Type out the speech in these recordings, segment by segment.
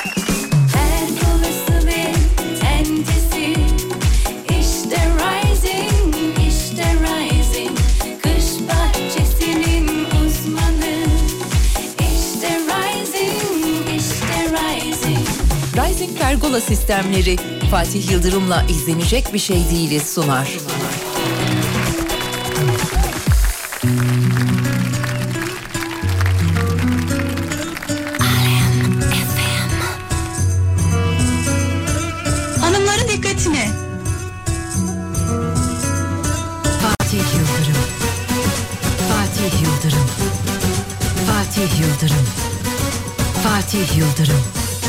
Pergola Sistemleri Fatih Yıldırım'la izlenecek bir şey değiliz sunar. Hanımların dikkatine. Fatih Yıldırım. Fatih Yıldırım. Fatih Yıldırım. Fatih Yıldırım.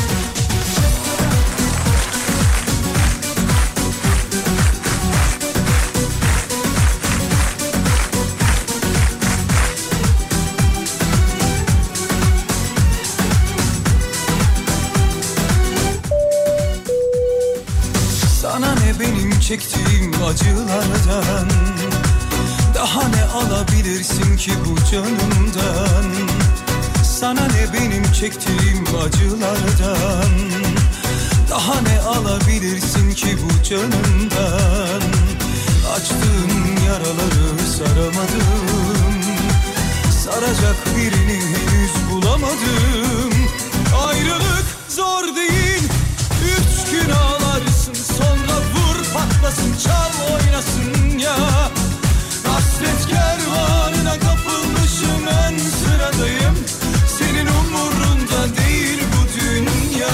Çektiğim acılardan daha ne alabilirsin ki bu canımdan? Sana ne benim çektiğim acılardan daha ne alabilirsin ki bu canımdan? Açtığın yaraları saramadım, saracak birini henüz bulamadım. Ayrılık zor değil, 3 gün ağlarsın, sonra patlasın, çal oynasın ya. Hasret kervanına kapılmışım, en sıradayım. Senin umurunda değil bu dünya.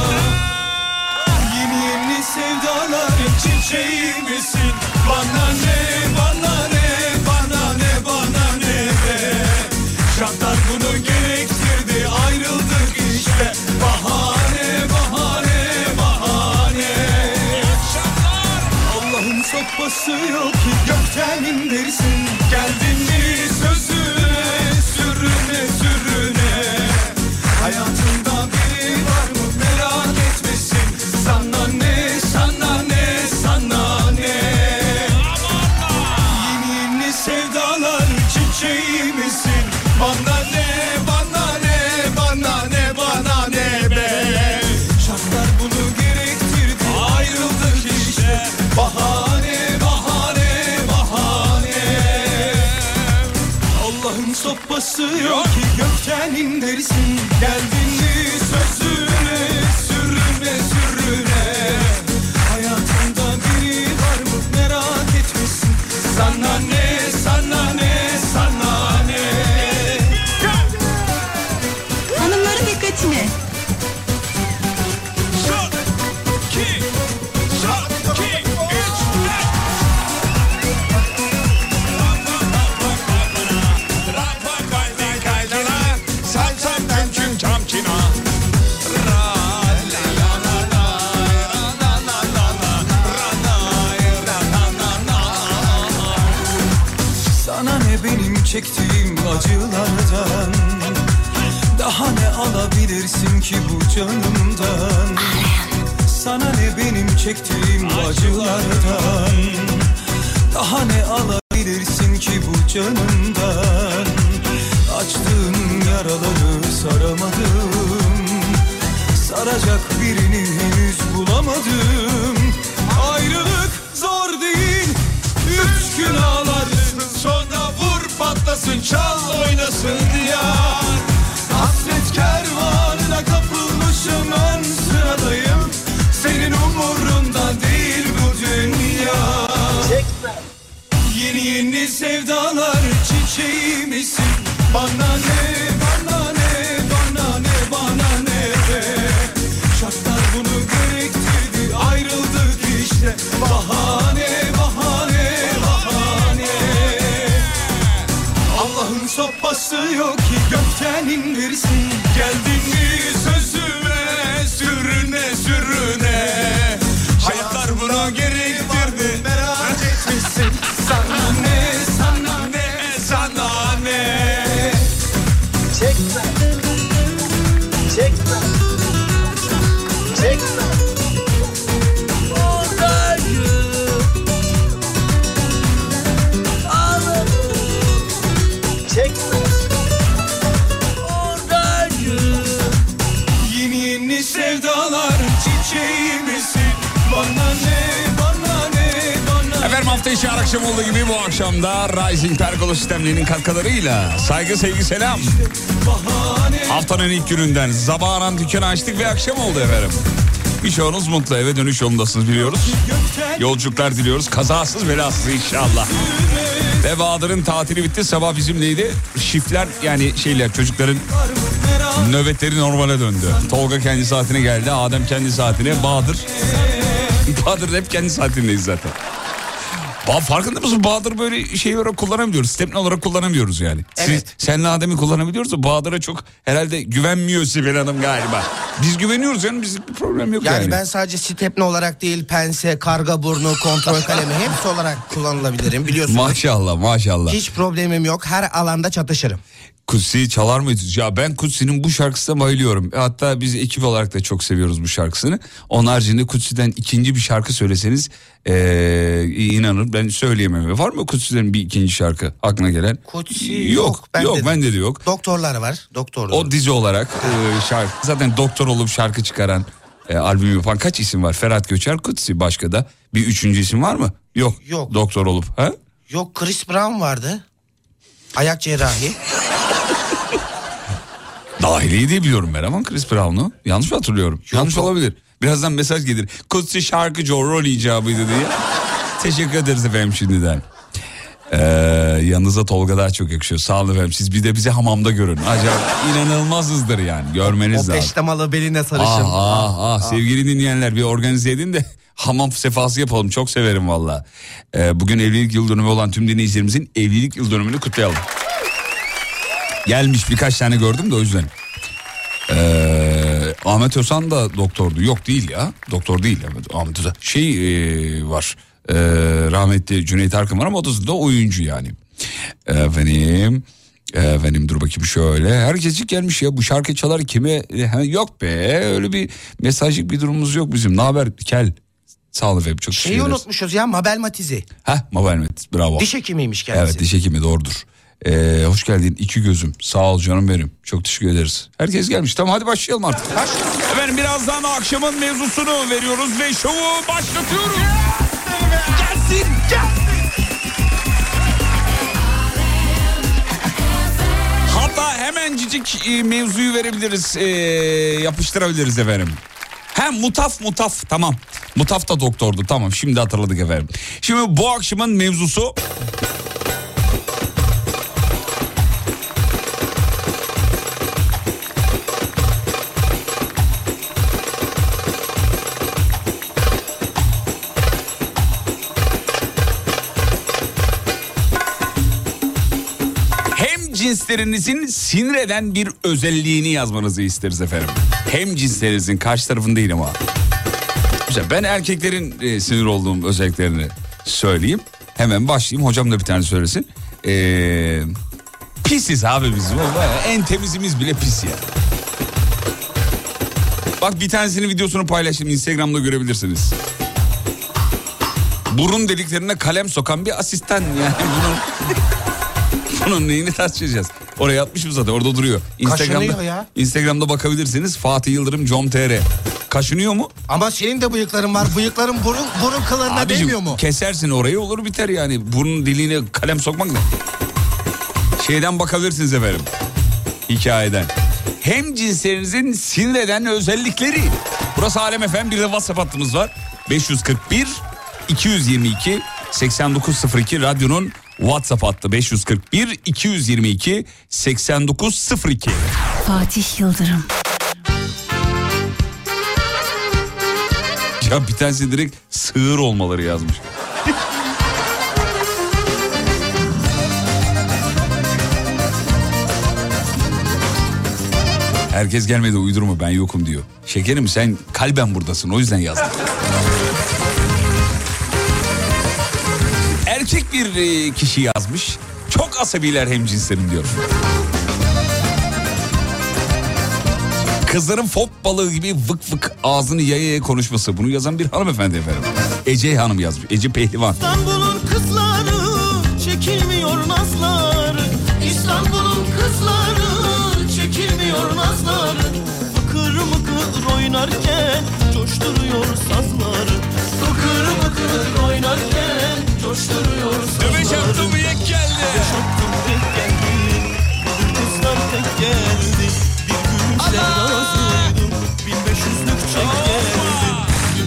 Yeni yeni sevdaların çiçeği misin? Bana ne, bana ne, bana ne, bana ne be. Şartlar bunu gerektirdi, ayrıldık işte. Bahane, bahane, bahane. Sopası yok ki gökten indirsin. Geldin mi sözüne, sürüne, sürüne. Hayatında biri var mı merak etmesin. Sana ne, sana ne, sana ne. Yeni yeni sevdalar çiçeği misin? Bana ne, bana ne, bana ne, bana ne be. Şartlar bunu gerektirdi, ayrıldık işte. Bahane. Sopası yok ki gökten indirsin. Geldin mi sözüne, sürüne, sürüne. Hayatında biri var mı merak etmesin. Sana ne, sana ne, sana ne. Hanımların dikkatine. Çektiğim acılardan daha ne alabilirsin ki bu canımdan? Sana ne benim çektiğim acılardan daha ne alabilirsin ki bu canımdan? Açtığın yaraları saramadım, saracak birini henüz bulamadım. Ayrılık zor değil, 3 gün ağlarsın, sonra patlasın, çal oynasın ya. Hasret kervanına kapılmışım, en sıradayım. Senin umurunda değil bu dünya. Yeni yeni sevdalar çiçeği misin? Bana ne, bana ne, bana ne, bana ne be. Şartlar bunu gerektirdi, ayrıldık işte. Bahane, bahane, bahane. Allah'ın sopası yok ki gökten indirsin. Geldin mi sözüme, sürüne, sürüne. Hayatlar bunu gerektirdi, merak etmesin. Sana ne, sana ne, sana ne. Çekme, çekme, çekme. Oradayım, ağlarım. Çekme, oradayım. Yeni yeni sev hafta içi akşam olduğu gibi bu akşamda Rising Pergola sistemlerinin katkılarıyla saygı, sevgi, selam. Haftanın ilk gününden sabahın dükkanı açtık ve akşam oldu efendim. Birçoğunuz mutlu, eve dönüş yolundasınız biliyoruz. Yolculuklar diliyoruz, kazasız belasız inşallah. Ve Bahadır'ın tatili bitti, sabah bizimleydi. Şifler yani çocukların nöbetleri normale döndü. Tolga kendi saatine geldi, Adem kendi saatine, Bahadır hep kendi saatindeyiz zaten. Farkında mısın? Bahadır böyle şey olarak kullanamıyoruz. Stepne olarak kullanamıyoruz yani. Evet. Senle Adem'i kullanabiliyoruz da Bahadır'a çok herhalde güvenmiyor Sibel Hanım galiba. Biz güveniyoruz yani, bizim bir problem yok yani. Yani ben sadece stepne olarak değil, pense, karga burnu, kontrol kalemi hepsi olarak kullanılabilirim biliyorsunuz. Maşallah. Hiç problemim yok, her alanda çatışırım. Kutsi çalar mıyız? Ya ben Kutsi'nin bu şarkısına bayılıyorum. Hatta biz ekip olarak da çok seviyoruz bu şarkısını. Onun haricinde Kutsi'den ikinci bir şarkı söyleseniz inanın ben söyleyemem. Var mı Kutsi'den bir ikinci şarkı aklına gelen? Kutsi yok. Bende de yok. Doktorları var. O dizi olarak şarkı. Zaten doktor olup şarkı çıkaran, albüm yapan kaç isim var? Ferhat Göçer, Kutsi, başka da bir üçüncü isim var mı? Yok. Doktor olup. Ha? Yok, Chris Brown vardı. Ayak cerrahi. Dahiliye diye biliyorum ben ama Chris Brown'u. Yanlış mı hatırlıyorum? Yanlış olabilir. Birazdan mesaj gelir. Kutsi şarkıcı o rol icabıydı diye. Teşekkür ederiz efendim şimdiden. Yanınıza Tolga daha çok yakışıyor. Sağ olun efendim. Siz bir de bizi hamamda görün. Acayip inanılmazızdır yani. Görmeniz lazım. O peştemalı beline sarışın. Sevgili dinleyenler, bir organize edin de hamam sefası yapalım. Çok severim valla. Bugün evlilik yıl dönümü olan tüm dinleyicilerimizin evlilik yıl dönümünü kutlayalım. Gelmiş birkaç tane gördüm de o yüzden. Ahmet Özhan da doktordu. Yok değil ya. Doktor değil. Ahmet Özhan. Var. Rahmetli Cüneyt Arkın var ama o da oyuncu yani. Efendim dur bakayım şöyle. Herkes gelmiş ya, bu şarkı çalar kime? Yok be, öyle bir mesajlık bir durumumuz yok bizim. Ne haber Kel? Sağ olun efendim, çok teşekkür ederiz. Unutmuşuz ya, Mabel Matiz'i. Mabel Matiz, bravo. Diş hekimiymiş kendisi. Evet, diş hekimi, doğrudur. Hoş geldin iki gözüm. Sağ ol canım benim. Çok teşekkür ederiz. Herkes gelmiş. Tamam, hadi başlayalım artık. Efendim birazdan akşamın mevzusunu veriyoruz ve şovu başlatıyoruz. Gelsin. Hatta hemencik mevzuyu verebiliriz. Yapıştırabiliriz efendim. Mutaf tamam. Mutaf da doktordu, tamam, şimdi hatırladık efendim. Şimdi bu akşamın mevzusu... Cinslerinizin sinir eden bir özelliğini yazmanızı isteriz efendim. Hem cinslerinizin, karşı tarafın değil ama. Mesela ben erkeklerin sinir olduğum özelliklerini söyleyeyim. Hemen başlayayım, hocam da bir tane söylesin. Pisiz abi biz. En temizimiz bile pis ya. Bak, bir tanesinin videosunu paylaştım, Instagram'da görebilirsiniz. Burun deliklerine kalem sokan bir asistan yani bunun neyini tartışacağız? Oraya atmışım zaten, orada duruyor. Instagram'da bakabilirsiniz. Fatih Yıldırım com.tr. Kaşınıyor mu? Ama senin de bıyıkların var. Bıyıkların burun kıllarına değmiyor mu? Kesersin orayı, olur biter yani. Burun deliğine kalem sokmak ne? Şeyden bakabilirsiniz efendim. Hikayeden. Hem cinslerinizin sinir eden özellikleri. Burası Alem FM, bir de WhatsApp hattımız var. 541 222 8902 radyonun WhatsApp hattı. 541 222 8902. Fatih Yıldırım. Ya bir tanesi direkt sığır olmaları yazmış. Herkes gelmedi, uydurma, ben yokum diyor. Şekerim, sen kalben buradasın, o yüzden yazdım. Erkek bir kişi yazmış. Çok asabiler hemcinslerim diyor. Kızların fop balığı gibi vık vık ağzını yaya konuşması. Bunu yazan bir hanımefendi efendim. Ece Hanım yazmış. Ece Pehlivan. İstanbul'un kızları çekilmiyor nazları. İstanbul'un kızları çekilmiyor nazları. Fıkır mıkır oynarken coşturuyor sazları. Fıkır mıkır oynarken coşturuyor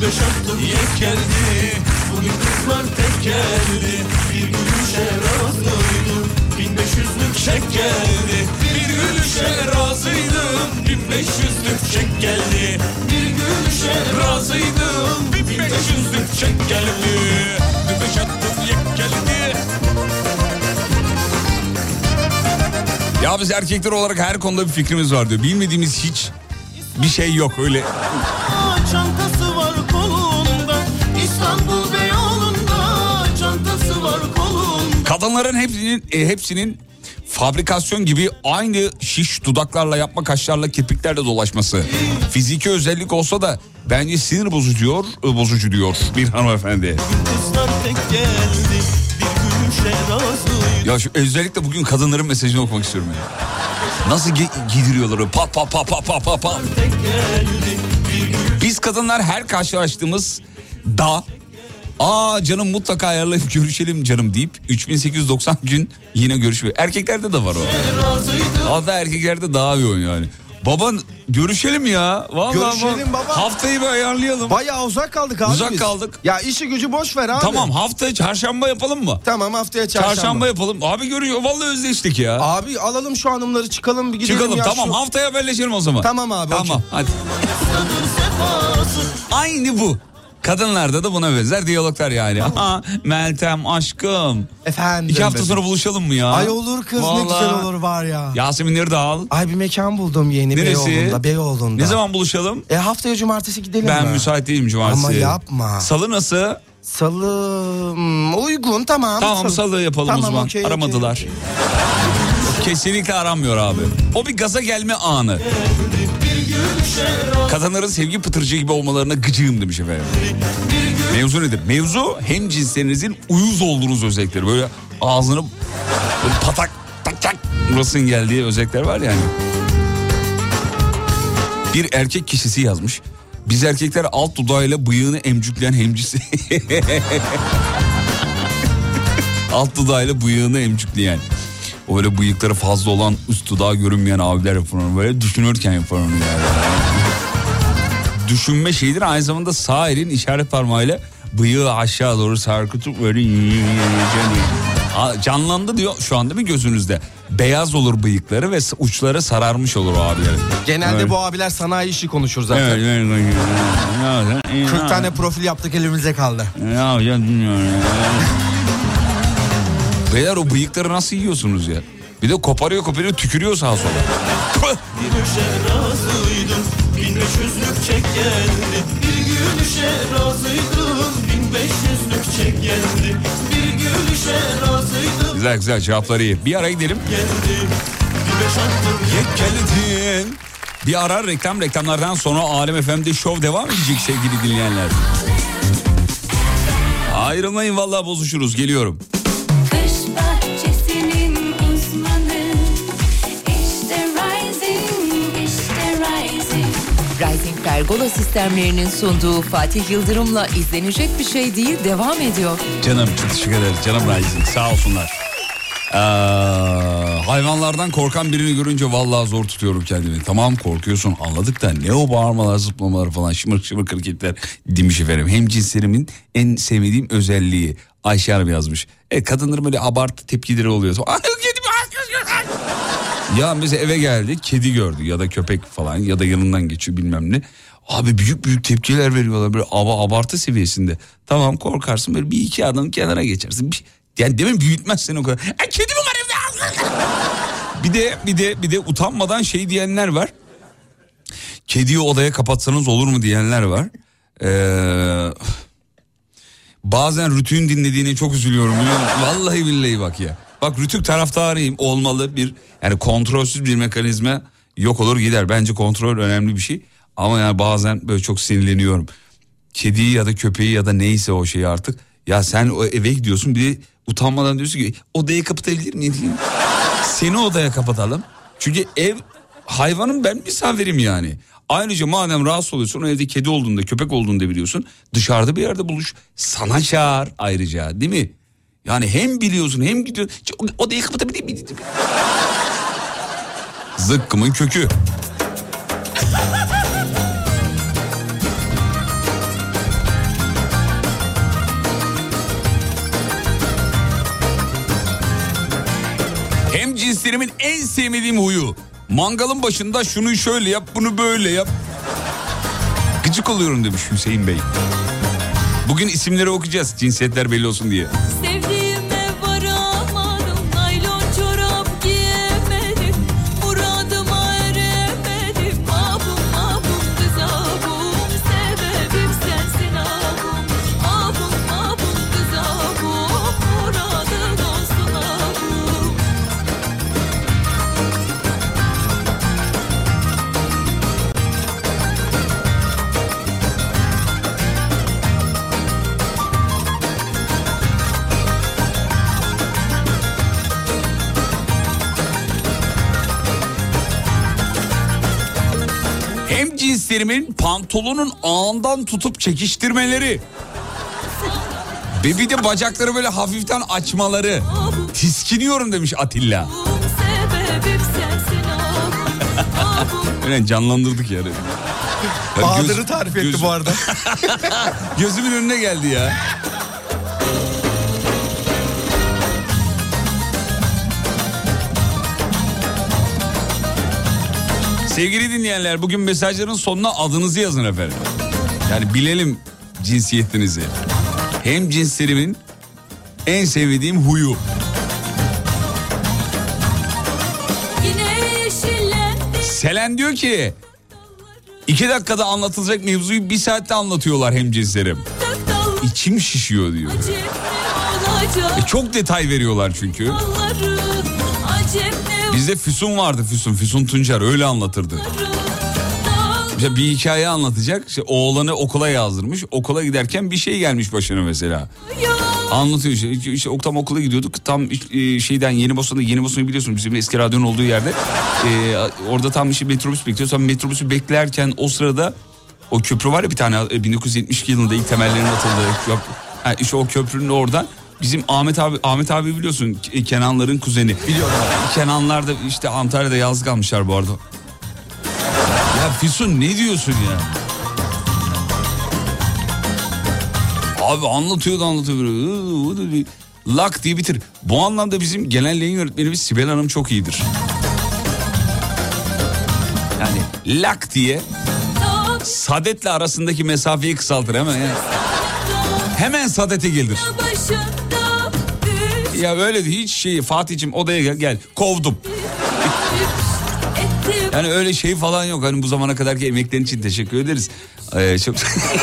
Bir beş attım yek geldi. Bugün kızlar tek geldi. Bir gülüşe razıydım. 1500'lük çek geldi. Bir gülüşe razıydım. 1500'lük çek geldi. Bir gülüşe razıydım. 1500'lük çek geldi. Bir beş attım yek geldi. Ya biz erkekler olarak her konuda bir fikrimiz var diyor. Bilmediğimiz hiç bir şey yok öyle. Çantası var kolunda. İstanbul Beyoğlu'nda. Çantası var kolunda. Kadınların hepsinin fabrikasyon gibi aynı şiş dudaklarla, yapma kaşlarla, kirpiklerle dolaşması. Fiziki özellik olsa da bence sinir bozucu diyor bir hanımefendi. Kızlar tek geldi. Bir gülüşe razıydım. Ya şu özellikle bugün kadınların mesajını okumak istiyorum ya. Nasıl giydiriyorlar pat pat pat pat pat pat pat. Biz kadınlar her karşılaştığımız canım mutlaka ayarlayıp görüşelim canım deyip 3890 gün yine görüşmüyor. Erkeklerde de var o. Hatta erkeklerde daha yoğun yani. Baba görüşelim ya. Vallahi Görüşelim baba. Haftayı bir ayarlayalım. Bayağı uzak kaldık abi Uzak biz. kaldık. Ya işi gücü boş ver abi. Tamam haftaya çarşamba yapalım mı? Tamam haftaya çarşamba. Yapalım. Abi görüyor vallahi özleştik ya. Abi alalım şu hanımları çıkalım bir gidelim. Çıkalım ya tamam haftaya haberleşelim o zaman. Tamam abi. Tamam okey. hadi. Aynı bu. Kadınlarda da buna benzer diyaloglar yani. Aha, Meltem aşkım. Efendim. 2 hafta sonra buluşalım mı ya? Ay olur kız vallahi. ne güzel olur var ya. Yaseminleri de al. Ay bir mekan buldum yeni. Neresi? Beyoğlu'nda. Ne zaman buluşalım? Haftaya cumartesi gidelim Ben mi? müsait değilim cumartesi. Ama yapma. Salı nasıl? Salı uygun tamam. Tamam salı yapalım tamam, o zaman. okey, Aramadılar. okey. Kesinlikle aranmıyor abi. O bir gaza gelme anı. Kadınların sevgi pıtırcığı gibi olmalarına gıcığım demiş efendim. Mevzu nedir? Mevzu hem cinslerinizin uyuz olduğunuz özellikleri. Böyle ağzını böyle patak tak burasının geldiği özellikler var yani. Bir erkek kişisi yazmış. Biz erkekler alt dudağıyla bıyığını emcükleyen hemcisi. Alt dudağıyla bıyığını emcükleyen. O böyle bıyıkları fazla olan üst dudağı görünmeyen abiler yapar onu. Böyle düşünürken yapar onu yani. Düşünme şeyidir aynı zamanda sağ elin işaret parmağıyla bıyığı aşağı doğru sarkıtıp böyle canlandı diyor şu anda bir gözünüzde. Beyaz olur bıyıkları ve uçları sararmış olur o abilerin. Genelde evet. bu abiler sanayi işi konuşur zaten. Evet. 40 tane profil yaptık elimize kaldı. Ya bilmiyorum. Beyler o bıyıkları nasıl yiyorsunuz ya? Bir de koparıyor tükürüyor sağa sola. Bir gülüşe razıydım. 1500'lük çek geldi. Bir gülüşe razıydım. 1500'lük çek geldi. Bir gülüşe razıydım. Güzel cevapları iyi. Bir ara gidelim. Geldi. Bir beş attım yek Geldin. Bir ara reklamlardan sonra Alem FM'de şov devam edecek sevgili dinleyenler. Ayrılmayın vallahi bozuşuruz geliyorum. Kış bahçesinin uzmanı, işte Rising. Rising Pergola sistemlerinin sunduğu Fatih Yıldırım'la izlenecek bir şey değil devam ediyor. Canım çok teşekkür ederim. Canım Rising sağ olsunlar. Hayvanlardan korkan birini görünce vallahi zor tutuyorum kendimi. Tamam korkuyorsun anladık da ne o bağırmalar zıplamalar falan şımırık hareketler demiş efendim. Hem cinslerimin en sevmediğim özelliği Ayşe Hanım yazmış. Kadınların böyle abartı tepkileri oluyor. Ya mesela eve geldi kedi gördü ya da köpek falan ya da yanından geçiyor bilmem ne. Abi büyük tepkiler veriyorlar böyle abartı seviyesinde. Tamam korkarsın böyle bir iki adım kenara geçersin. Yani demin büyütmezsen o kadar. Kedi mi var evde? Bir de utanmadan şey diyenler var. Kediyi odaya kapatsanız olur mu diyenler var. Bazen Rütük'ün dinlediğine çok üzülüyorum. Vallahi billahi bak ya. Bak Rütük taraftarıyım olmalı bir yani kontrolsüz bir mekanizma yok olur gider. Bence kontrol önemli bir şey. Ama yani bazen böyle çok sinirleniyorum. Kediyi ya da köpeği ya da neyse o şeyi artık. Ya sen o eve gidiyorsun bir de utanmadan diyorsun ki odayı kapatabilir miyim? Seni odaya kapatalım. Çünkü ev hayvanın ben misafirim yani. Ayrıca madem rahatsız oluyorsun o evde kedi olduğunda köpek olduğunda biliyorsun. Dışarıda bir yerde buluş. Sana çağır ayrıca değil mi? Yani hem biliyorsun hem gidiyorsun. Odayı kapatabilir miyim? Zıkkımın kökü. cinslerimin en sevmediğim huyu. Mangalın başında şunu şöyle yap, bunu böyle yap. Gıcık oluyorum demiş Hüseyin Bey. Bugün isimleri okuyacağız cinsiyetler belli olsun diye. Sevdiğime varamadım, naylon çorap giyemedim, muradıma eremedim, abum abum kız abum, sebebim sensin abum, abum abum kız abum, muradın olsun abum. Hem cinslerimin pantolonun ağından tutup çekiştirmeleri. Ve bir de bacakları böyle hafiften açmaları. Tiskiniyorum demiş Atilla. Sebebim sensin abum, Öyle canlandırdık yani. Bahadır'ı tarif etti bu arada. Gözümün önüne geldi ya. Sevgili dinleyenler, bugün mesajların sonuna adınızı yazın efendim. Yani bilelim cinsiyetinizi. Hem cinslerimin en sevdiğim huyu. yine yeşillendi Selen diyor ki 2 dakikada anlatılacak mevzuyu 1 saatte anlatıyorlar hem cinslerim. dalları, İçim şişiyor diyor. acep ne olacak Çok detay veriyorlar çünkü. dalları, acep ne Bizde Füsun vardı, Füsun Tuncer öyle anlatırdı. İşte bir hikaye anlatacak. İşte oğlanı okula yazdırmış. Okula giderken bir şey gelmiş başına mesela. Anlatıyor işte tam okula gidiyorduk. Tam şeyden Yenibosna'yı biliyorsun, bizim eski radyonun olduğu yerde. Orada tam işte metrobüs bekliyoruz. Tam metrobüsü beklerken o sırada o köprü var ya bir tane 1972 yılında ilk temellerinin atıldığı. İşte o köprünün oradan bizim Ahmet abi biliyorsun, Kenanların kuzeni. Biliyorum. Kenanlar da işte Antalya'da yazlık almışlar bu arada. Ya Füsun ne diyorsun ya? Abi anlatıyor. Lak diye bitir. Bu anlamda bizim genel yayın yönetmenimiz Sibel Hanım çok iyidir. Yani lak diye sadetle arasındaki mesafeyi kısaltır hemen yani. Hemen sadete gelir. başında düş Ya öyle de hiç Fatih'cim odaya gel kovdum. ettim. Yani öyle şey falan yok. Hani bu zamana kadarki emeklerin için teşekkür ederiz. Çok...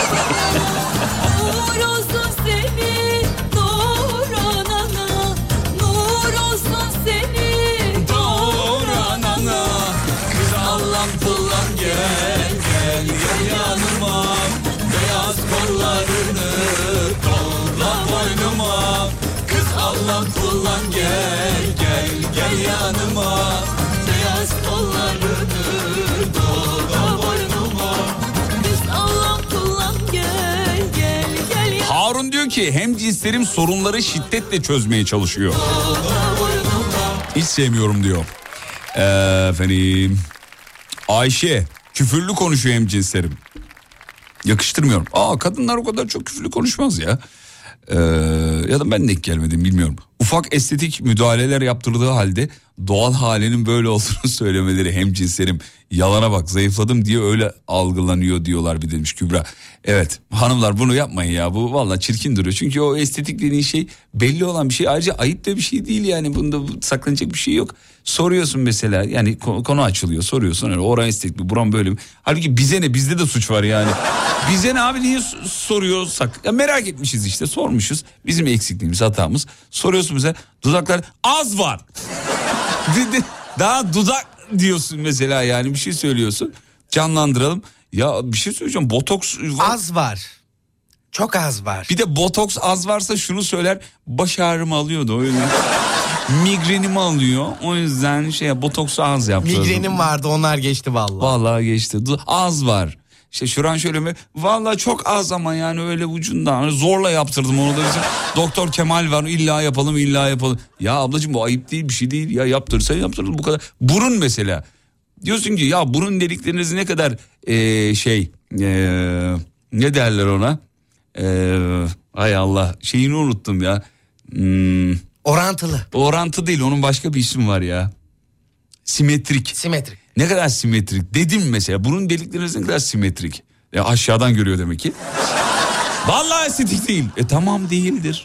Nur olsun seni doğuranana, nur olsun seni Doğranana, kız Allah'ım kullan gel yanıma. Beyaz kollarını dolla boynuma. Kız Allah'ım kullan gel yanıma. beyaz kollarını dola boynuma. Biz Allah kullan gel ya. Harun diyor ki hem cinslerim sorunları şiddetle çözmeye çalışıyor. Hiç sevmiyorum diyor. Efendim. Ayşe küfürlü konuşuyor hem cinslerim. Yakıştırmıyorum. Kadınlar o kadar çok küfürlü konuşmaz ya. Ya da ben denk gelmedim bilmiyorum. Ufak estetik müdahaleler yaptırdığı halde doğal halinin böyle olduğunu söylemeleri hem cinslerim. Yalana bak, zayıfladım diye öyle algılanıyor diyorlar bir demiş Kübra. Evet hanımlar, bunu yapmayın ya, bu vallahi çirkin duruyor. Çünkü o estetik dediğin şey belli olan bir şey, ayrıca ayıp da bir şey değil yani, bunda saklanacak bir şey yok. Soruyorsun mesela, yani konu açılıyor, soruyorsun öyle, oran estetik mi, buram böyle mi? Halbuki bize ne, bizde de suç var yani. Bize ne abi, niye soruyorsak? Ya merak etmişiz işte, sormuşuz, bizim eksikliğimiz, hatamız. Soruyorsun mesela, dudaklar az var. Daha dudak diyorsun mesela, yani bir şey söylüyorsun, canlandıralım. Ya bir şey söyleyeceğim, botoks var. Az var. Çok az var. Bir de botoks az varsa şunu söyler, baş ağrımı alıyordu o yüzden. Migrenimi alıyor, o yüzden botoksu az yaptı. Migrenim vardı, onlar geçti vallahi. Vallahi geçti. Az var. İşte şuran şöyle mi? Vallahi çok az ama yani öyle ucundan. Hani zorla yaptırdım onu da bizim. Doktor Kemal var, illa yapalım. Ya ablacığım bu ayıp değil, bir şey değil. Ya yaptırırsan yaptırır, bu kadar. Burun mesela. Diyorsun ki ya burun delikleriniz ne kadar ne derler ona? Ay Allah, şeyini unuttum ya. Orantılı. Orantı değil, onun başka bir ismi var ya. Simetrik. Ne kadar simetrik dedim mesela. Burun delikleriniz ne kadar simetrik. Aşağıdan görüyor demek ki. Vallahi estetik değil. Tamam değildir.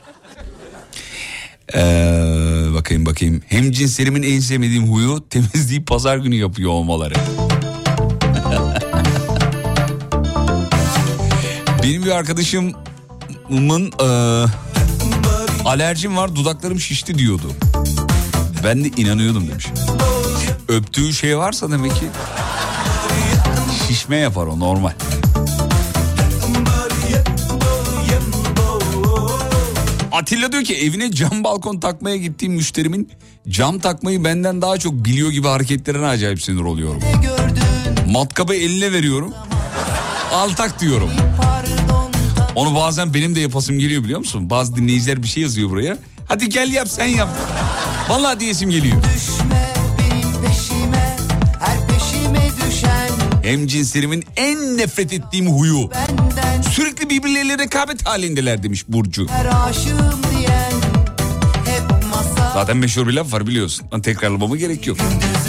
Bakayım. Hemcinslerimin en sevmediğim huyu temizliği pazar günü yapıyor olmaları. Benim bir arkadaşımın alerjim var, dudaklarım şişti diyordu. Ben de inanıyordum demiş. Öptüğü şey varsa demek ki şişme yapar, o normal. Atilla diyor ki evine cam balkon takmaya gittiğim müşterimin cam takmayı benden daha çok biliyor gibi hareketlerine acayip sinir oluyorum. Matkabı eline veriyorum. Al tak diyorum. Onu bazen benim de yapasım geliyor biliyor musun? Bazı dinleyiciler bir şey yazıyor buraya. Hadi gel yap, sen yap. Vallahi diyesim geliyor. Hemcinslerimin en nefret ettiğim huyu. Sürekli birbirleriyle rekabet halindeler demiş Burcu. Zaten meşhur bir laf var biliyorsun. Tekrarlamama gerek yok.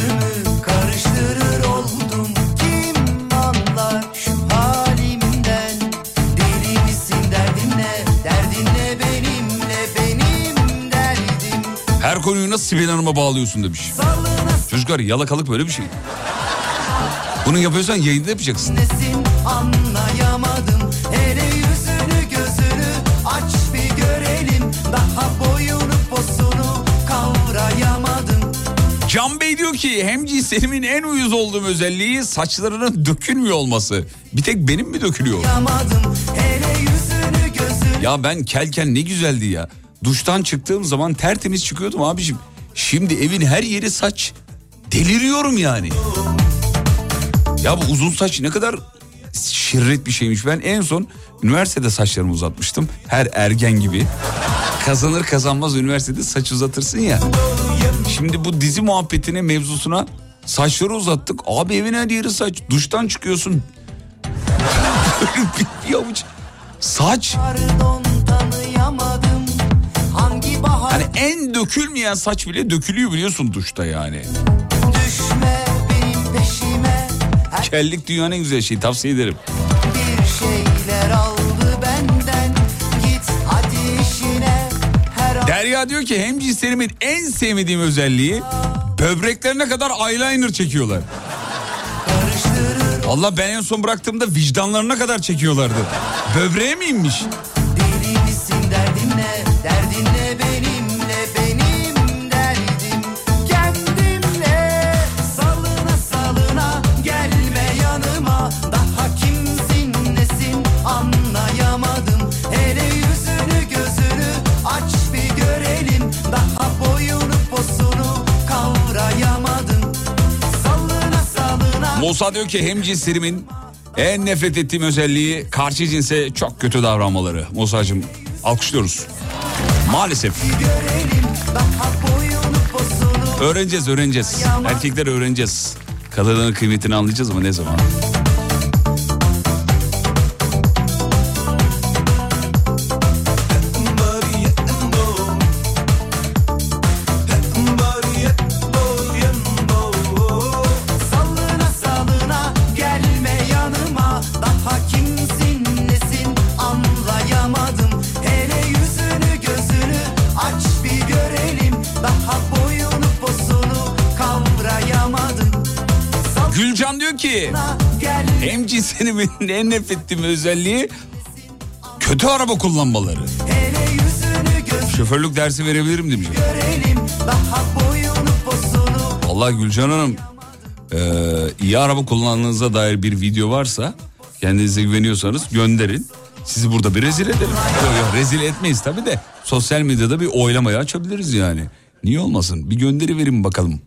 Her konuyu nasıl Sibel Hanım'a bağlıyorsun demiş. Çocuklar, yalakalık böyle bir şey. Bunu yapıyorsan yayında yapacaksın. Anlayamadım. Hele yüzünü gözünü aç bir görelim. Daha boyunu posunu kavrayamadım. Can Bey diyor ki hemcinselimin en uyuz olduğum özelliği saçlarının dökülmüyor olması. Bir tek benim mi dökülüyor? Hele yüzünü gözünü. Ya ben kelken ne güzeldi ya. Duştan çıktığım zaman tertemiz çıkıyordum abiciğim. Şimdi evin her yeri saç. Deliriyorum yani. Ya bu uzun saç ne kadar şirret bir şeymiş. Ben en son üniversitede saçlarımı uzatmıştım. Her ergen gibi. Kazanır kazanmaz üniversitede saç uzatırsın ya. Şimdi bu dizi muhabbetine, mevzusuna saçları uzattık. Abi evin her yeri saç. Duştan çıkıyorsun. Bir avuç saç. Hani en dökülmeyen saç bile dökülüyor biliyorsun duşta yani. Düşme benim peşime. Kellik dünyanın en güzel şeyi, tavsiye ederim. Bir şeyler aldı benden, git hadi işine. Derya diyor ki hemcinslerimin en sevmediğim özelliği böbreklerine kadar eyeliner çekiyorlar. Vallahi ben en son bıraktığımda vicdanlarına kadar çekiyorlardı. Böbreğe mi inmiş? Deli misin derdinle, derdinle benimle, benim derdim kendimle. Salına salına gelme yanıma, daha kimsin nesin anlayamadım. Hele yüzünü gözünü aç bir görelim, daha boyunu posunu kavrayamadım. Salına salına. Musa diyor ki hemcinslerimin en nefret ettiğim özelliği karşı cinse çok kötü davranmaları. Musa'cığım alkışlıyoruz. Maalesef. Öğreneceğiz. Erkekler öğreneceğiz. Kadınların kıymetini anlayacağız ama ne zaman? Gülcan diyor ki hemcinselimin en nefret ettiğim özelliği kötü araba kullanmaları. Şoförlük dersi verebilirim demiş. Vallahi Gülcan Hanım, iyi araba kullandığınıza dair bir video varsa, kendinize güveniyorsanız gönderin. Sizi burada bir rezil edelim. Yok, rezil etmeyiz tabii de sosyal medyada bir oylamayı açabiliriz yani. Niye olmasın? Bir gönderi verin bakalım.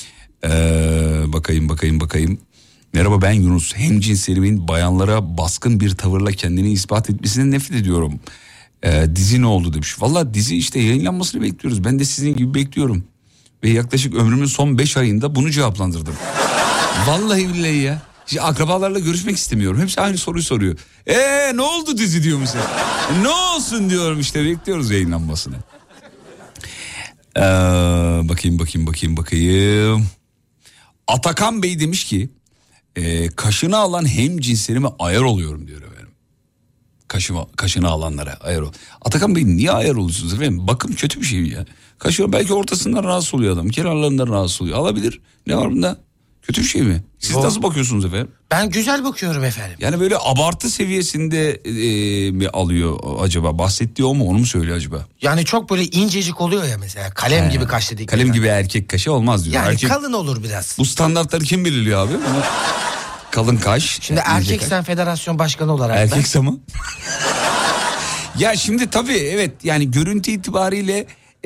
Bakayım. Merhaba, ben Yunus. Hemcinselimin bayanlara baskın bir tavırla kendini ispat etmesine nefret ediyorum. Dizi ne oldu demiş. Vallahi dizi işte yayınlanmasını bekliyoruz. Ben de sizin gibi bekliyorum. Ve yaklaşık ömrümün son 5 ayında bunu cevaplandırdım. Vallahi billahi ya. Şimdi akrabalarla görüşmek istemiyorum. Hepsi aynı soruyu soruyor. Ne oldu dizi diyor mesela. Ne olsun diyorum işte, bekliyoruz yayınlanmasını. Bakayım. Atakan Bey demiş ki kaşını alan hemcinslerime ayar oluyorum diyor efendim. Kaşını alanlara ayar ol. Atakan Bey niye ayar oluyorsunuz efendim? Bakım kötü bir şey mi ya? Kaşı belki ortasından rahatsız oluyor adam. Kenarlarından rahatsız oluyor. Alabilir. Ne var bunda? Kötü bir şey mi? Siz nasıl bakıyorsunuz efendim? Ben güzel bakıyorum efendim. Yani böyle abartı seviyesinde mi alıyor acaba? Bahsettiği o mu? Onu mu söylüyor acaba? Yani çok böyle incecik oluyor ya mesela. Kalem gibi kaş dedik. Kalem gibi erkek kaşı olmaz diyor. Yani erkek... kalın olur biraz. Bu standartları kim belirliyor abi? Kalın kaş. Şimdi Erkeksen Federasyon Başkanı olarak Erkekse mi? Ya şimdi tabii evet yani görüntü itibariyle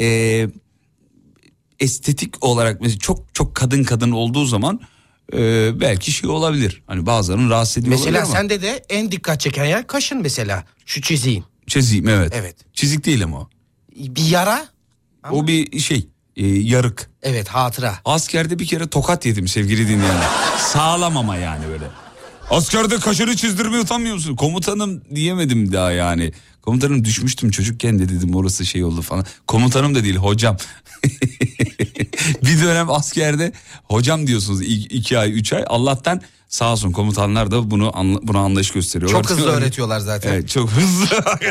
estetik olarak mesela çok kadın olduğu zaman belki şey olabilir. Hani bazılarının rahatsız ediyor olabilir ama. Mesela sende de en dikkat çeken yer kaşın mesela. Şu çiziğin. Çizeyim evet. Evet. Çizik değil ama o. Bir yara. Ama... O bir şey yarık. Evet, hatıra. Askerde bir kere tokat yedim sevgili dinleyenler. Sağlam ama yani böyle. Askerde kaşını çizdirmeye utanmıyor musun? Komutanım diyemedim daha yani. Komutanım düşmüştüm çocukken de dedim orası şey oldu falan. Komutanım da değil hocam. Bir dönem askerde hocam diyorsunuz 2 ay 3 ay. Allah'tan sağ olsun komutanlar da buna anlayış gösteriyorlar. Çok hızlı öğretiyorlar zaten. Evet çok hızlı.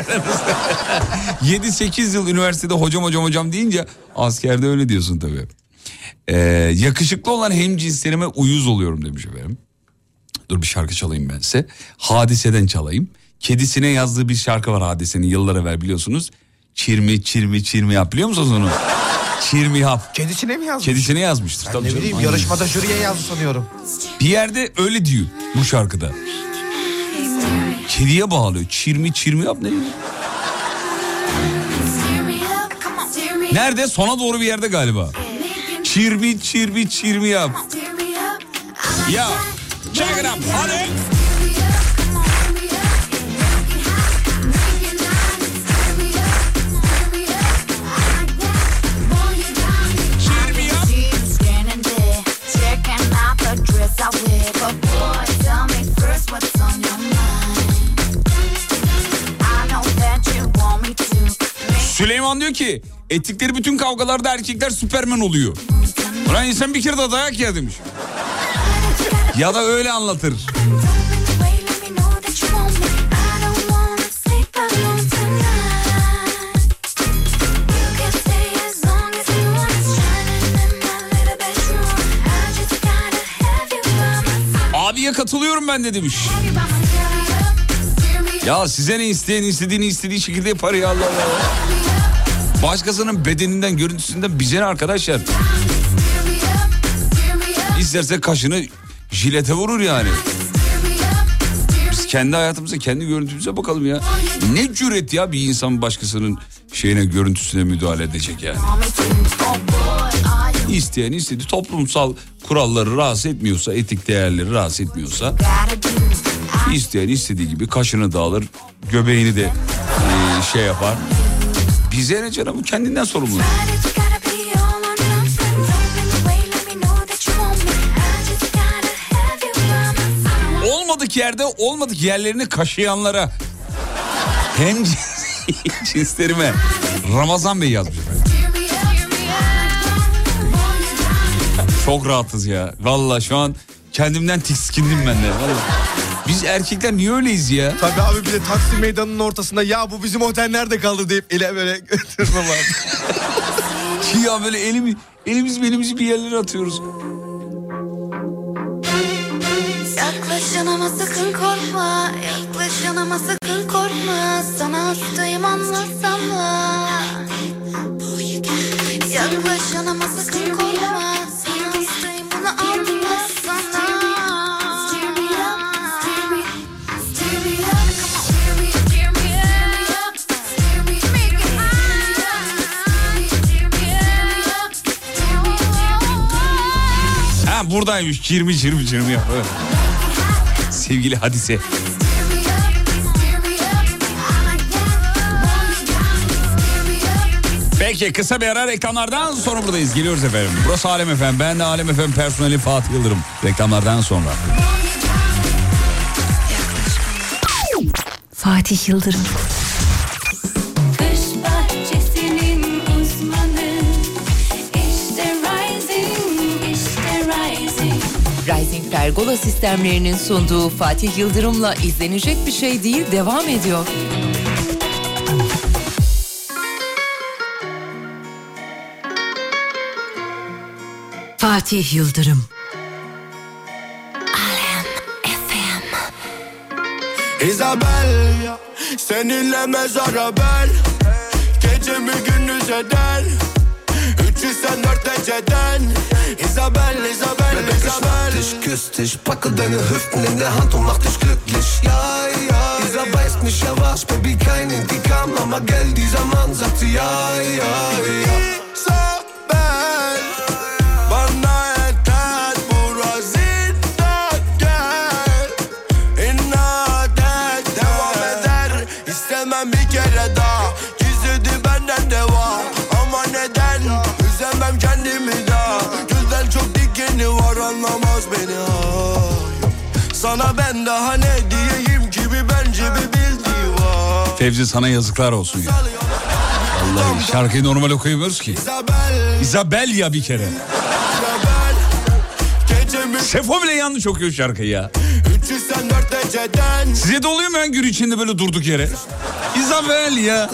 7-8 yıl üniversitede hocam deyince askerde öyle diyorsun tabii. Yakışıklı olan hemcinslerime uyuz oluyorum demiş efendim. Dur bir şarkı çalayım ben size. Hadise'den çalayım. Kedisine yazdığı bir şarkı var Hadise'nin yıllar evvel biliyorsunuz. Çirmi yap biliyor musunuz onu? Çirmi yap. Kedisine mi yazmış? Kedisine yazmıştır. Ben tabii ne canım, bileyim aynen. yarışmada jüriye yazdı sanıyorum. Bir yerde öyle diyor bu şarkıda. Kediye bağlıyor. Çirmi yap ne diyor? Nerede? Sona doğru bir yerde galiba. Çirmi yap. Ya. Check it up. Hadi. Süleyman diyor ki ettikleri bütün kavgalarda erkekler Süperman oluyor. Ulan insan bir kere de dayak yer demiş. Ya da öyle anlatır. Abiye katılıyorum ben de demiş. Ya size ne isteyen istediği şekilde yapar ya Allah Allah. Başkasının bedeninden görüntüsünden bize ne arkadaşlar? İsterse kaşını jilete vurur yani. Biz kendi hayatımıza kendi görüntümüze bakalım ya. Ne cüret ya bir insan başkasının şeyine görüntüsüne müdahale edecek yani. İsteyen istediği toplumsal kuralları rahatsız etmiyorsa, etik değerleri rahatsız etmiyorsa isteyen istediği gibi kaşını dağılır, göbeğini de şey yapar. Bize ne canım, kendinden sorumlu. Olmadık yerlerini kaşıyanlara hem cinslerime Ramazan Bey yazmış efendim. Çok rahatız ya. Vallahi şu an kendimden tiksindim ben de. Vallahi. Biz erkekler niye öyleyiz ya? Tabii abi bir de Taksim Meydanı'nın ortasında ya bu bizim otel nerede kaldı deyip ele böyle götürmem abi. Ya böyle elimizi bir yerlere atıyoruz. Yaklaşın ama sakın korkma, yaklaşın ama sakın korkma, sana hastayım anlatsam mı? Yaklaşın ama sakın korkma, sana hastayım bunu anlatsana. Ha buradaymış, çirmi yap. Evet. Sevgili Hadise. Peki kısa bir ara, reklamlardan sonra buradayız. Geliyoruz efendim. Burası Alem FM. Ben de Alem FM personeli Fatih Yıldırım. Reklamlardan sonra. Fatih Yıldırım. Kış bahçesinin uzmanı, işte Rising, işte Rising. Pergola Sistemlerinin sunduğu Fatih Yıldırım'la izlenecek bir şey değil devam ediyor. Fatih Yıldırım. Isabel, seninle mezara ben, gecemi gündüz eden, 304 Ece'den. Isabel, Isabel, Isabel. Ich küss dich, packe deine Hüften in der Hand und mach dich glücklich. Ja, ja, dieser weiß nicht, er war's, Baby, kein Intikam, aber gell, dieser Mann sagt sie ja, ja, ja. Isabel, bana yeter burası da gel. İnat et, devam eder, istemem bir kere daha. Gizledi benden de var, ama neden? Üzemem kendimi daha. Gözden çok dikeni var, anlamaz beni. Sana ben daha ne diyeyim ki, bir bence bir bildiği var. Fevzi sana yazıklar olsun ya. Vallahi şarkıyı normal okuyamıyoruz ki. Isabel ya bir kere. Sefo bile yanlış okuyor şarkıyı ya. Size de oluyor mu ya gün içinde böyle durduk yere? Isabel ya.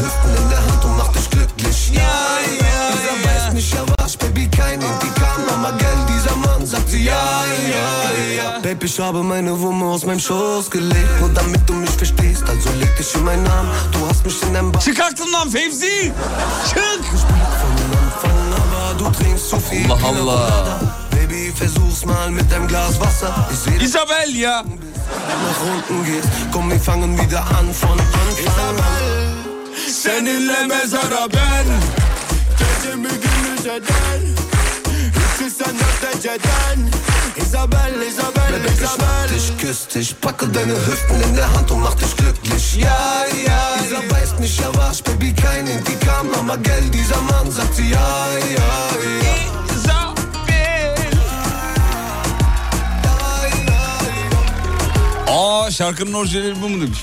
Baby, ich habe meine Wumme aus meinem Schoß gelegt, nur damit du mich verstehst, also leg dich in meinen Namen, du hast mich in deinem Bauch. Çık aklımdan Fevzi! Çık! Allah Allah! Baby, versuch's mal mit deinem Glas Wasser. Isabel ya! Nach unten gehst, komm, wir fangen wieder an von Anfang an. Seninle mezara ben, gecemi gündüz eden, 304 Ece'den. Isabel, Isabel, Isabel. Ich küss dich, packe deine Hüften in der Hand und mach dich glücklich. Ja, ja, dieser weiß nicht, er war's, Baby, kein Intikam, aber gell, dieser Mann sagt sie ja, ja, ja. Aa, şarkının orijinali bu mu demiş?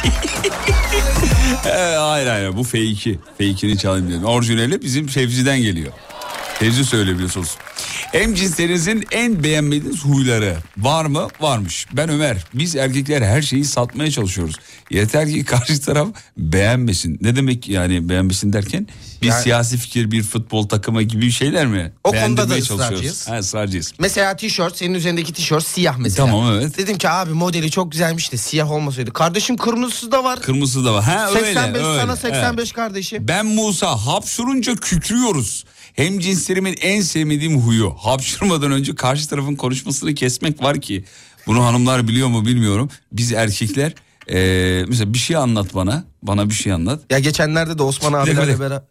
Hayır bu fake. Fake'ini çalayım dedim. Orijinali bizim Fevzi'den geliyor. Fevzi söyleyebiliyorsunuz. Hem cinslerinizin en beğenmediğiniz huyları var mı? Varmış. Ben Ömer. Biz erkekler her şeyi satmaya çalışıyoruz. Yeter ki karşı taraf beğenmesin. Ne demek yani beğenmesin derken? Bir yani, siyasi fikir, bir futbol takımı gibi şeyler mi? O konuda da ısrarcıyız. Israrcıyız. Mesela tişört, senin üzerindeki tişört siyah mesela. Tamam, evet. Dedim ki abi modeli çok güzelmiş de siyah olmasaydı. Kardeşim kırmızısı da var. Kırmızısı da var. Ha, 85 öyle, sana 85 evet. Kardeşim. Ben Musa, hapşurunca kükrüyoruz. Hem cinslerimin en sevmediğim huyu. Hapşırmadan önce karşı tarafın konuşmasını kesmek var ki. Bunu hanımlar biliyor mu bilmiyorum. Biz erkekler mesela bir şey anlat bana. Bana bir şey anlat. Ya geçenlerde de Osman abilerle beraber.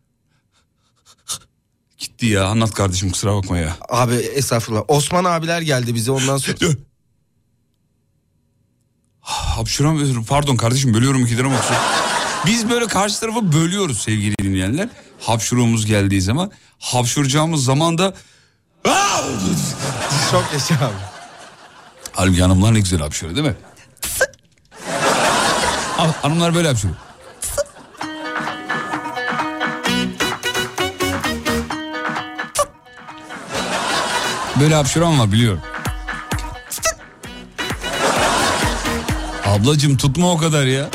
Gitti ya, anlat kardeşim, kusura bakma ya. Abi estağfurullah. Osman abiler geldi bize ondan sonra. Hapşuramıyorum, pardon kardeşim, bölüyorum 2 lira mı? Biz böyle karşı tarafı bölüyoruz sevgili dinleyenler. Hapşuruğumuz geldiği zaman, hapşuracağımız zaman da çok yaşa abi. Halbuki hanımlar ne güzel hapşuruyor değil mi? Hanımlar böyle hapşuruyor. Böyle hapşuran var biliyorum. Ablacığım tutma o kadar ya.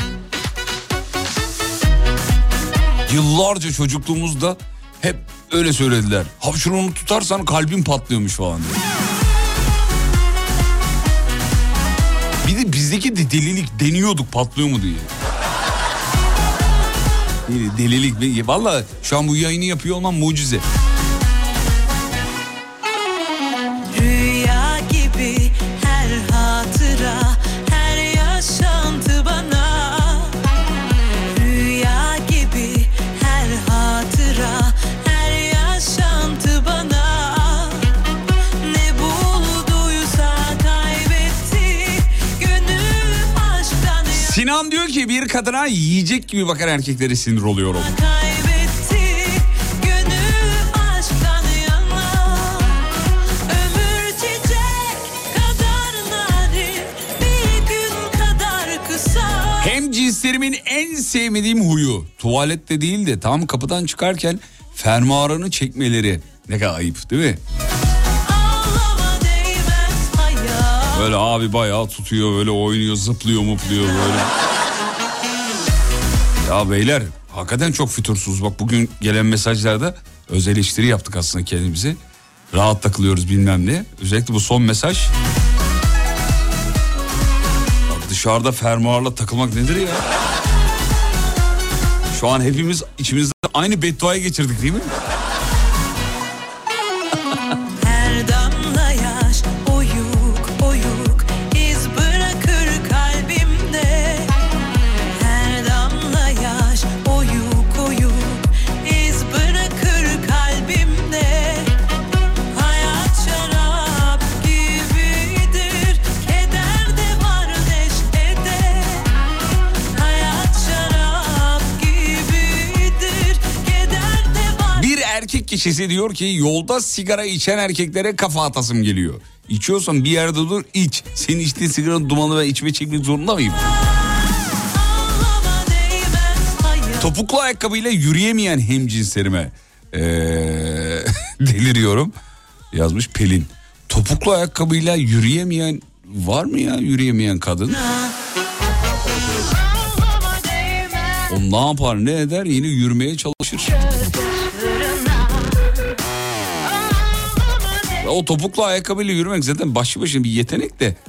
Yıllarca çocukluğumuzda hep öyle söylediler. Hapşuruğunu tutarsan kalbin patlıyormuş falan diye. Bir de bizdeki de delilik, deniyorduk patlıyor mu diye. Delilik. Vallahi şu an bu yayını yapıyor olmam mucize. Rüya gibi her hatıra, her yaşantı bana. Rüya gibi her hatıra, her yaşantı bana. Ne bulduysa kaybetti, gönül aşktan. Sinan diyor ki bir kadına yiyecek gibi bakan erkeklere sinir oluyorum. Hem cinslerimin en sevmediğim huyu, tuvalette değil de tam kapıdan çıkarken fermuarını çekmeleri. Ne kadar ayıp değil mi? Böyle abi bayağı tutuyor, böyle oynuyor, zıplıyor, mupluyor böyle. Ya beyler hakikaten çok fütursuz. Bak bugün gelen mesajlarda öz eleştiri yaptık aslında kendimizi. Rahat takılıyoruz bilmem ne. Özellikle bu son mesaj. Bak dışarıda fermuarla takılmak nedir ya? Şu an hepimiz içimizde aynı bedduayı geçirdik değil mi? Her damla yaş oyuk oyuk iz bırakır kalbimde. Her damla yaş oyuk oyuk iz bırakır kalbimde. Hayat şarap gibidir, keder de var neşede. Hayat şarap gibidir, keder de var. Bir erkek kişisi diyor ki yolda sigara içen erkeklere kafa atasım geliyor. İçiyorsan bir yerde dur iç. Senin içtiğin sigaranın dumanı ve içime çekmek zorunda mıyım? Topuklu ayakkabıyla yürüyemeyen hemcinslerime deliriyorum yazmış Pelin. Topuklu ayakkabıyla yürüyemeyen var mı ya, yürüyemeyen kadın? O ne yapar ne eder, yine yürümeye çalışır. O topuklu ayakkabıyla yürümek zaten başlı başına bir yetenek de.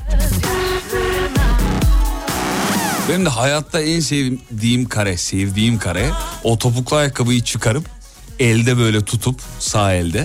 Benim de hayatta en sevdiğim kare o topuklu ayakkabıyı çıkarıp elde böyle tutup sağ elde.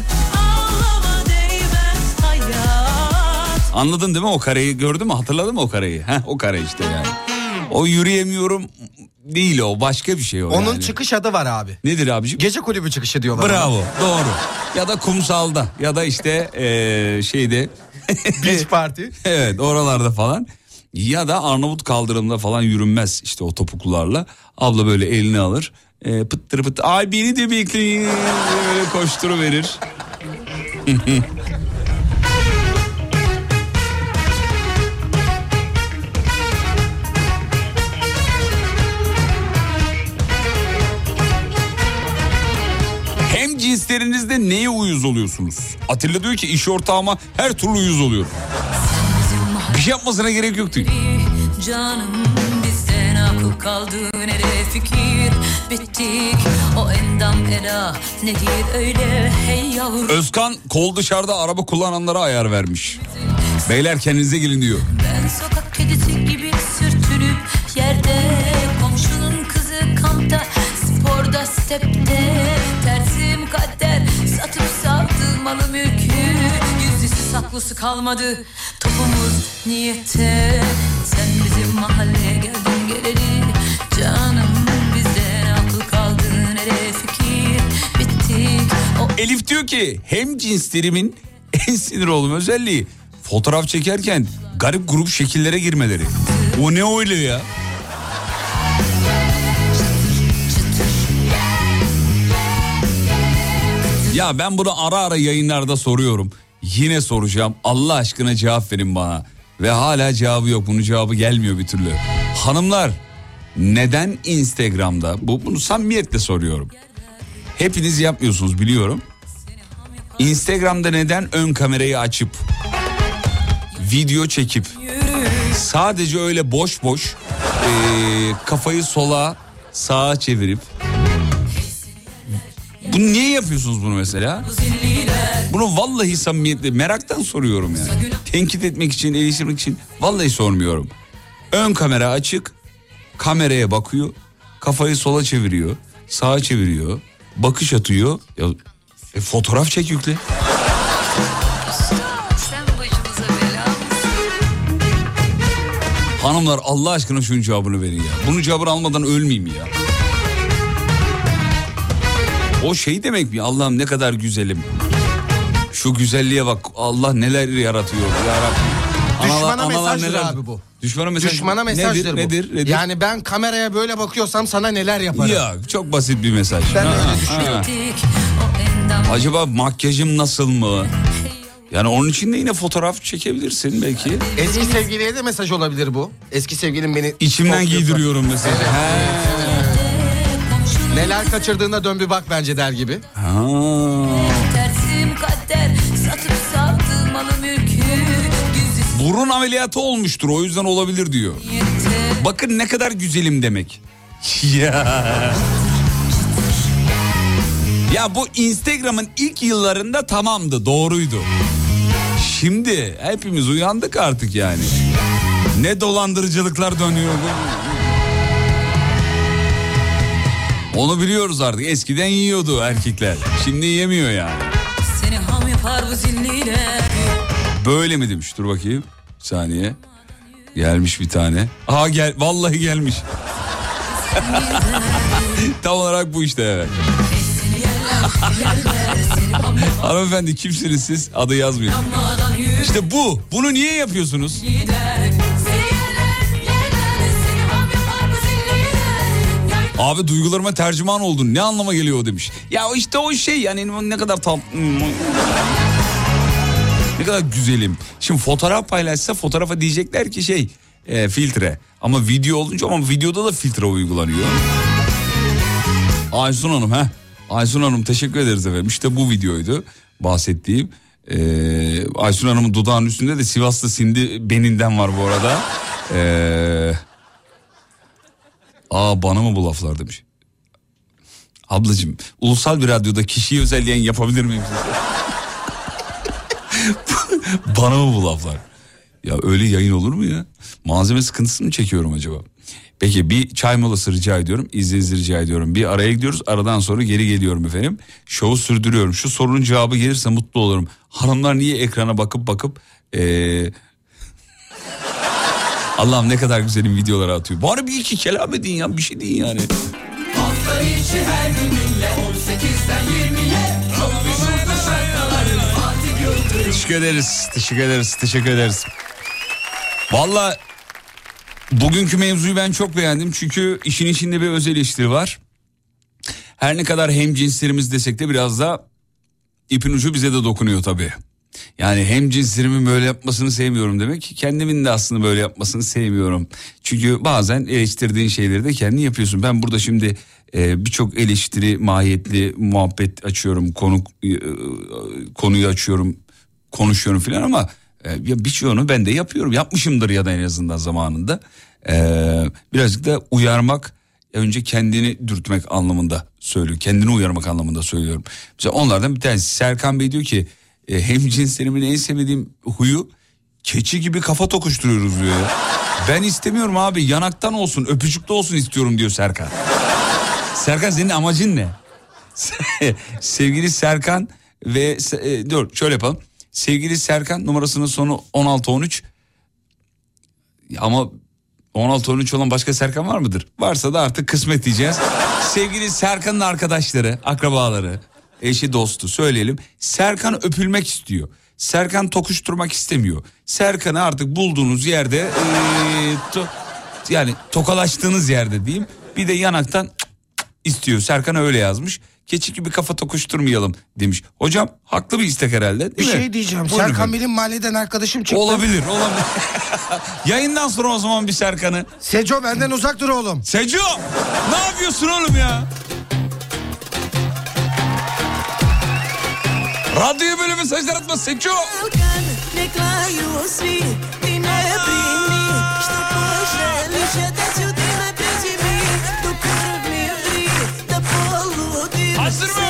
Anladın değil mi o kareyi, gördün mü, hatırladın mı o kareyi? Heh, o kare işte yani. O yürüyemiyorum değil, o başka bir şey o. Onun yani. çıkış adı var abi. Nedir abicim? Gece kulübü çıkışı diyorlar. Bravo, doğru. Ya da kumsalda ya da işte şeyde. Beach party. Evet, oralarda falan. Ya da Arnavut kaldırımda falan yürünmez işte o topuklularla. Abla böyle elini alır. Pıttır pıttır. Ay beni de bekleyin. Böyle koşturuverir. Hem cinslerinizde neye uyuz oluyorsunuz? Atilla diyor ki iş ortağıma her türlü uyuz oluyor. Bir şey yapmasına gerek yok diyor. Canım bizden akıl kaldı nereye fikir bittik o endam ela nedir öyle hey yavrum. Özkan kol dışarıda araba kullananlara ayar vermiş. Beyler kendinize gelin diyor. Ben sokak kedisi gibi sürtünüp yerde komşunun kızı kampta sporda stepte tersim kader satıp savdı malı mülkü yüzlüsü saklısı kalmadı topumuz niyette sen bizim mahalleye geldin geleli canım bizden akıl kaldı nereye fikir bittik o... Elif diyor ki hem cinslerimin en sinir olduğum özelliği fotoğraf çekerken garip grup şekillere girmeleri. O ne öyle ya? Ya ben bunu ara ara yayınlarda soruyorum. Yine soracağım. Allah aşkına cevap verin bana. Ve hala cevabı yok. Bunun cevabı gelmiyor bir türlü. Hanımlar neden Instagram'da bunu samimiyetle soruyorum. Hepiniz yapmıyorsunuz biliyorum. Instagram'da neden ön kamerayı açıp video çekip sadece öyle boş boş kafayı sola sağa çevirip bunu niye yapıyorsunuz bunu mesela? Bunu vallahi samimiyetle meraktan soruyorum yani. Tenkit etmek için, eleştirmek için vallahi sormuyorum. Ön kamera açık, kameraya bakıyor, kafayı sola çeviriyor, sağa çeviriyor, bakış atıyor. Ya, fotoğraf çek yükle. Hanımlar Allah aşkına şunun cevabını verin ya. Bunun cevabını almadan ölmeyeyim ya. O şey demek mi? Allah'ım ne kadar güzelim. Şu güzelliğe bak. Allah neler yaratıyor ya Rabbim. Düşmana mesajdır abi bu. Düşmana mesaj. Düşmana mesajdır bu. Nedir? Yani ben kameraya böyle bakıyorsam sana neler yaparım. Ya çok basit bir mesaj. Ben öyle düşünüyorum. Acaba makyajım nasıl mı? Yani onun için de yine fotoğraf çekebilirsin belki. Eski sevgiliye de mesaj olabilir bu. Eski sevgilim beni... İçimden giydiriyorum mesela. Neler kaçırdığına dön bir bak bence der gibi. Burun ameliyatı olmuştur, o yüzden olabilir diyor. Bakın ne kadar güzelim demek. Ya bu Instagram'ın ilk yıllarında tamamdı, doğruydu. Şimdi hepimiz uyandık artık yani. Ne dolandırıcılıklar dönüyor. Onu biliyoruz artık. Eskiden yiyordu erkekler. Şimdi yemiyor yani. Seni ham yapar bu zilliyle. Böyle mi demiş? Dur bakayım. Bir saniye. Gelmiş bir tane. Aha vallahi gelmiş. Tam olarak bu işte, evet. Hanımefendi kimsiniz siz? Adı yazmıyor. İşte bu. Bunu niye yapıyorsunuz? Abi duygularıma tercüman oldun. Ne anlama geliyor o demiş. Ya işte o şey yani ne kadar ne kadar güzelim. Şimdi fotoğraf paylaşsa fotoğrafa diyecekler ki filtre. Ama video olunca videoda da filtre uygulanıyor. Aysun Hanım Aysun Hanım teşekkür ederiz efendim. İşte bu videoydu bahsettiğim. Aysun Hanım'ın dudağının üstünde de Sivaslı Sindi beninden var bu arada. Bana mı bu laflar demiş. Ablacığım ulusal bir radyoda kişiyi özelleyen yapabilir miyim? Bana mı bu laflar? Ya öyle yayın olur mu ya? Malzeme sıkıntısı mı çekiyorum acaba? Peki bir çay molası rica ediyorum. İzninizi rica ediyorum. Bir araya gidiyoruz. Aradan sonra geri geliyorum efendim. Şovu sürdürüyorum. Şu sorunun cevabı gelirse mutlu olurum. Hanımlar niye ekrana bakıp Allah'ım ne kadar güzelim videolar atıyor. Bari bir iki kelam edin ya, bir şey deyin yani. Hafta içi her gününle 18'den 20'ye çok meşhurdu şarkıların Fatih Yıldırım. Teşekkür ederiz. Vallahi bugünkü mevzuyu ben çok beğendim. Çünkü işin içinde bir öz eleştiri var. Her ne kadar hemcinslerimiz desek de biraz da ipin ucu bize de dokunuyor tabii. Yani hemcinslerimin böyle yapmasını sevmiyorum demek. Kendimin de aslında böyle yapmasını sevmiyorum. Çünkü bazen eleştirdiğin şeyleri de kendin yapıyorsun. Ben burada şimdi birçok eleştiri mahiyetli muhabbet açıyorum. Konuyu açıyorum. Konuşuyorum filan ama birçoğunu ben de yapıyorum. Yapmışımdır ya da en azından zamanında. Birazcık da uyarmak, önce kendini dürtmek anlamında söylüyorum. Kendini uyarmak anlamında söylüyorum. Mesela onlardan bir tanesi Serkan Bey diyor ki hemcinslerimin en sevmediğim huyu keçi gibi kafa tokuşturuyoruz diyor ya. Ben istemiyorum abi, yanaktan olsun, öpücükte olsun istiyorum diyor Serkan. Serkan senin amacın ne? Sevgili Serkan ve dur şöyle yapalım. Sevgili Serkan numarasının sonu 1613. Ama 1613 olan başka Serkan var mıdır? Varsa da artık kısmet diyeceğiz. Sevgili Serkan'ın arkadaşları, akrabaları, eşi, dostu söyleyelim. Serkan öpülmek istiyor. Serkan tokuşturmak istemiyor. Serkan'ı artık bulduğunuz yerde yani tokalaştığınız yerde diyeyim. Bir de yanaktan istiyor. Serkan öyle yazmış. Keçi gibi kafa tokuşturmayalım demiş. Hocam haklı bir istek herhalde değil bir mi? şey diyeceğim. Buyurun Serkan efendim. Benim mahalleden arkadaşım çıktı. Olabilir. Yayından sonra o zaman bir Serkan'ı. Seco benden uzak dur oğlum. Seco ne yapıyorsun oğlum ya? Radyoya böyle mesajlar atma Seco. Hazır mı?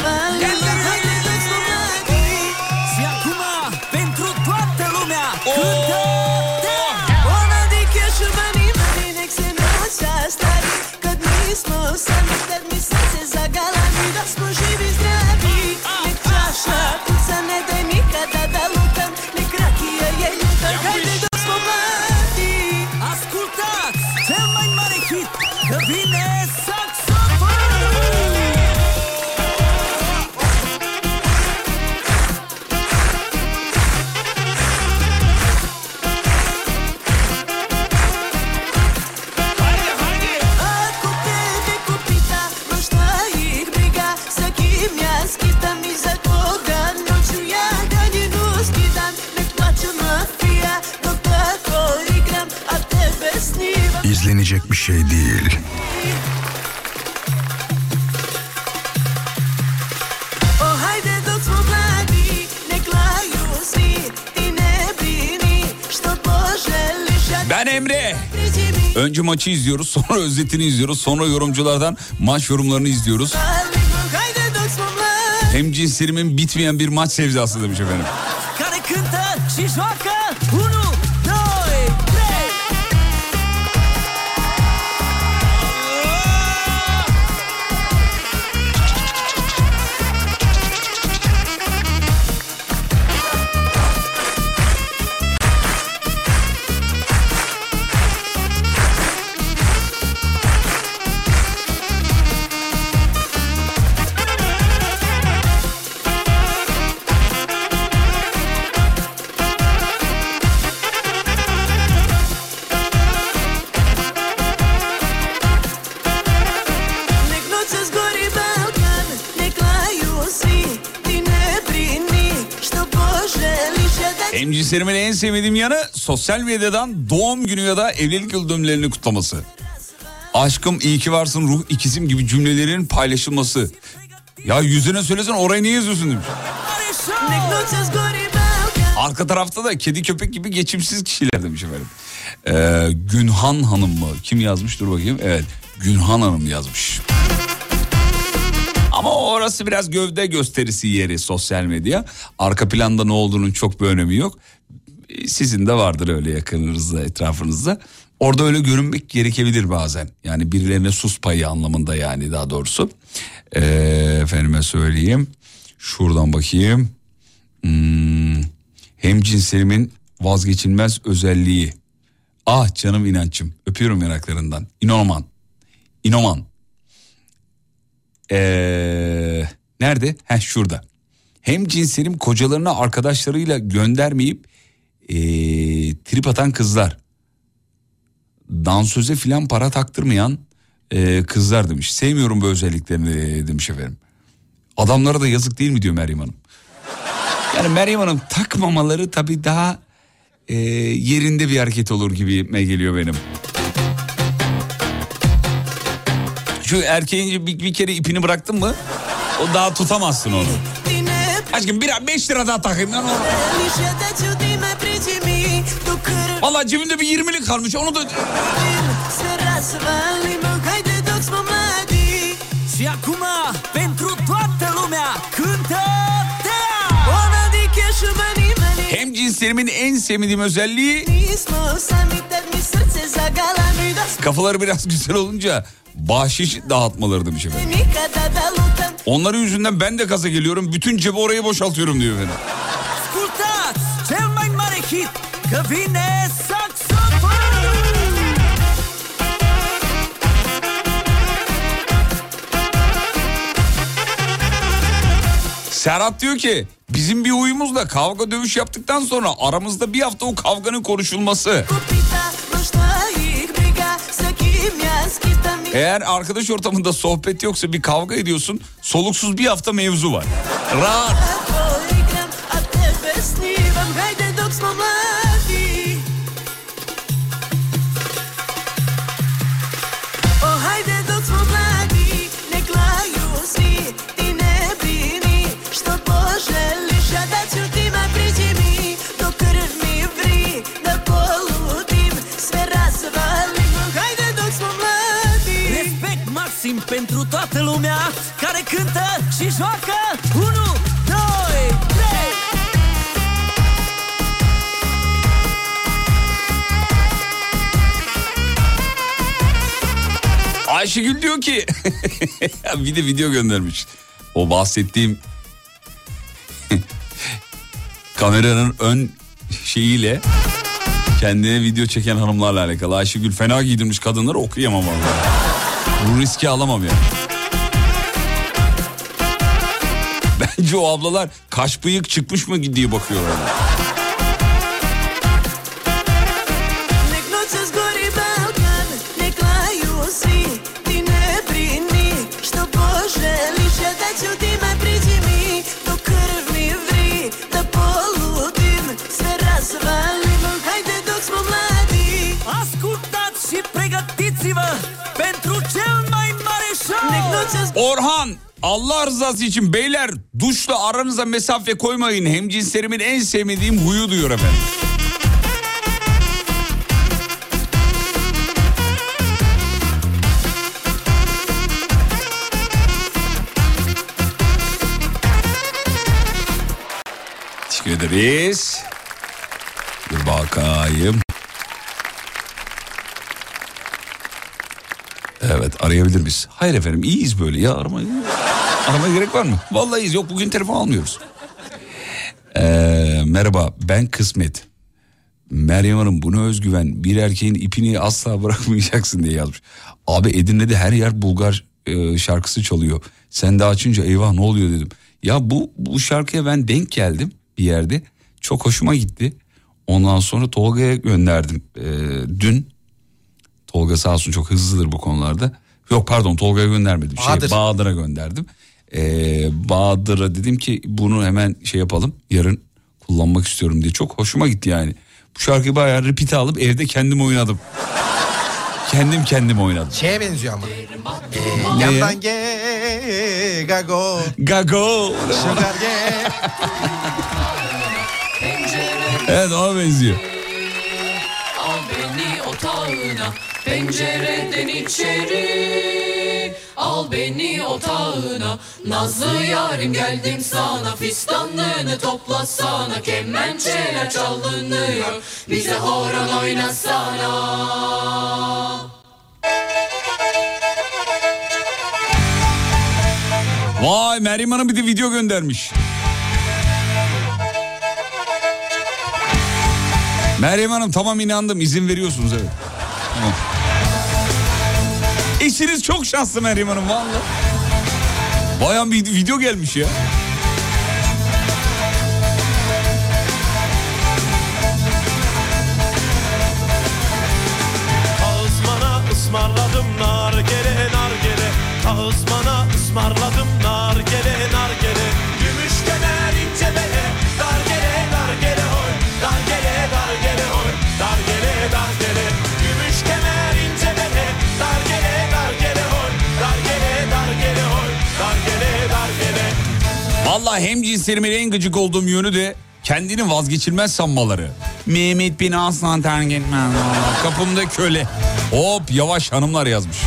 İzlenecek bir şey değil. Emre. Önce maçı izliyoruz, sonra özetini izliyoruz, sonra yorumculardan maç yorumlarını izliyoruz. Hemcinslerimin bitmeyen bir maç sevdası demiş efendim. Hemcinslerimin en sevmediğim yanı sosyal medyadan doğum günü ya da evlilik yıl dönümlerini kutlaması. Aşkım iyi ki varsın ruh ikizim gibi cümlelerin paylaşılması. Ya yüzüne söylesen oraya niye yazıyorsun demiş. Arka tarafta da kedi köpek gibi geçimsiz kişiler demiş efendim. Günhan Hanım mı? Kim yazmış dur bakayım. Evet Günhan Hanım yazmış. Ama orası biraz gövde gösterisi yeri sosyal medya. Arka planda ne olduğunun çok bir önemi yok. Sizin de vardır öyle yakınınızda, etrafınızda. Orada öyle görünmek gerekebilir bazen. Yani birilerine sus payı anlamında yani daha doğrusu. Efendime söyleyeyim. Şuradan bakayım. Hemcinslerimin vazgeçilmez özelliği. Ah canım inançım. Öpüyorum yanaklarından. İnoman. Nerede? Şurada. Hemcinslerim kocalarına arkadaşlarıyla göndermeyip trip atan kızlar. Dansöze filan para taktırmayan kızlar demiş. Sevmiyorum bu özelliklerini demiş efendim. Adamlara da yazık değil mi diyor Meryem Hanım. Yani Meryem Hanım takmamaları tabii daha yerinde bir hareket olur gibime geliyor benim. Şu erkeğin bir kere ipini bıraktın mı o daha tutamazsın onu. Aşkım 5 lira daha takayım ben onu. Vallahi cebimde bir 20'lik kalmış onu da... Și acum pentru toată lumea cântă Hemcinslerimin en sevmediğim özelliği kafaları biraz güzel olunca bahşiş dağıtmaları demiş efendim. Onların yüzünden ben de gaza geliyorum. Bütün cebi oraya boşaltıyorum diyor efendim. Serhat diyor ki bizim bir huyumuzla kavga dövüş yaptıktan sonra aramızda bir hafta o kavganın konuşulması. Eğer arkadaş ortamında sohbet yoksa bir kavga ediyorsun, soluksuz bir hafta mevzu var. Rahat. Pentru toată lumea care cântă și joacă 1, 2, 3. Ayşegül diyor ki bir de video göndermiş. O bahsettiğim kameranın ön şeyiyle kendine video çeken hanımlarla alakalı. Ayşegül fena giydirmiş kadınları, okuyamam vallahi. Bu riski alamam yani. Bence o ablalar kaş bıyık çıkmış mı diye bakıyorlar. Orhan, Allah rızası için beyler duşla aranıza mesafe koymayın. Hemcinslerimin en sevmediğim huyu diyor efendim. Biz... Dur bakayım. Evet, arayabilir miyiz? Hayır efendim, iyiyiz böyle ya, aramaya gerek var mı? Vallahi iyiyiz, yok bugün telefon almıyoruz. Merhaba, ben Kısmet. Meryem Hanım, bunu özgüven, bir erkeğin ipini asla bırakmayacaksın diye yazmış. Abi Edirne'de her yer Bulgar şarkısı çalıyor. Sen de açınca eyvah ne oluyor dedim. Ya bu şarkıya ben denk geldim bir yerde. Çok hoşuma gitti. Ondan sonra Tolga'ya gönderdim dün. Tolga sağ olsun çok hızlıdır bu konularda. Yok pardon, Tolga'ya göndermedim. Bahadır'a gönderdim. Bahadır'a dedim ki bunu hemen şey yapalım. Yarın kullanmak istiyorum diye. Çok hoşuma gitti yani. Bu şarkıyı bayağı repeat'e alıp evde kendim oynadım. Kendim oynadım. Şeye benziyor ama. Yandan gago. Gago. Sugar ge. Evet, ona benziyor. Al beni otağına, pencereden içeri. Al beni otağına, nazlı yarim geldim sana. Fistanlığını toplasana, kemençeler çalınıyor. Bize horon oynasana. Vay, Meryem Hanım bir de video göndermiş. Meryem Hanım tamam, inandım, izin veriyorsunuz, evet. Tamam. Eşiniz çok şanslı Meryem Hanım vallahi. Bayağı bir video gelmiş ya. Kağızmana ısmarladım nargele nargele. Kağızmana ısmarladım nargele nargele. Gümüş kemer ince bele, dargele dargele hoy. Dargele dargele hoy, dargele dargele. Gümüş kemer ince bele, dargele dargele hoy. Dargele dargele hoy, dargele dargele. Vallahi hem cinslerimin en gıcık olduğum yönü de kendini vazgeçilmez sanmaları. Mehmet beni asla terk etmez. Kapımda köle. Hop yavaş hanımlar yazmış.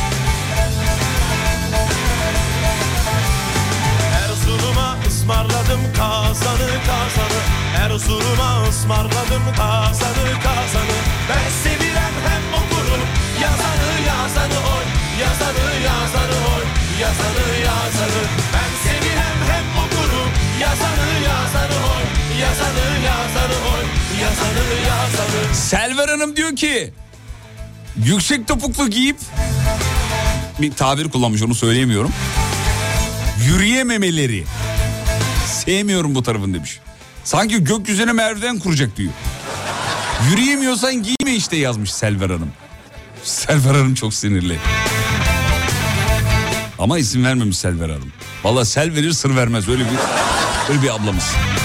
Erzurum'a ısmarladım kazanı kazanı. Erzurum'a ısmarladım kazanı kazanı. Ben sevirem hem okurum yazanı yazanı oy. Yazanı yazanı oy. Yazanı yazanı. Ben sevirem hem okurum yazanı yazanı oy. Yazanı yazanı oy. Yazanı yazanı. Selver Hanım diyor ki yüksek topuklu giyip, bir tabir kullanmış onu söyleyemiyorum, yürüyememeleri. Sevmiyorum bu tarafını demiş. Sanki gökyüzüne merdiven kuracak diyor. Yürüyemiyorsan giyme işte yazmış Selver Hanım. Selver Hanım çok sinirli. Ama isim vermemiş Selver Hanım. Vallahi sel verir sır vermez, öyle bir ablamız.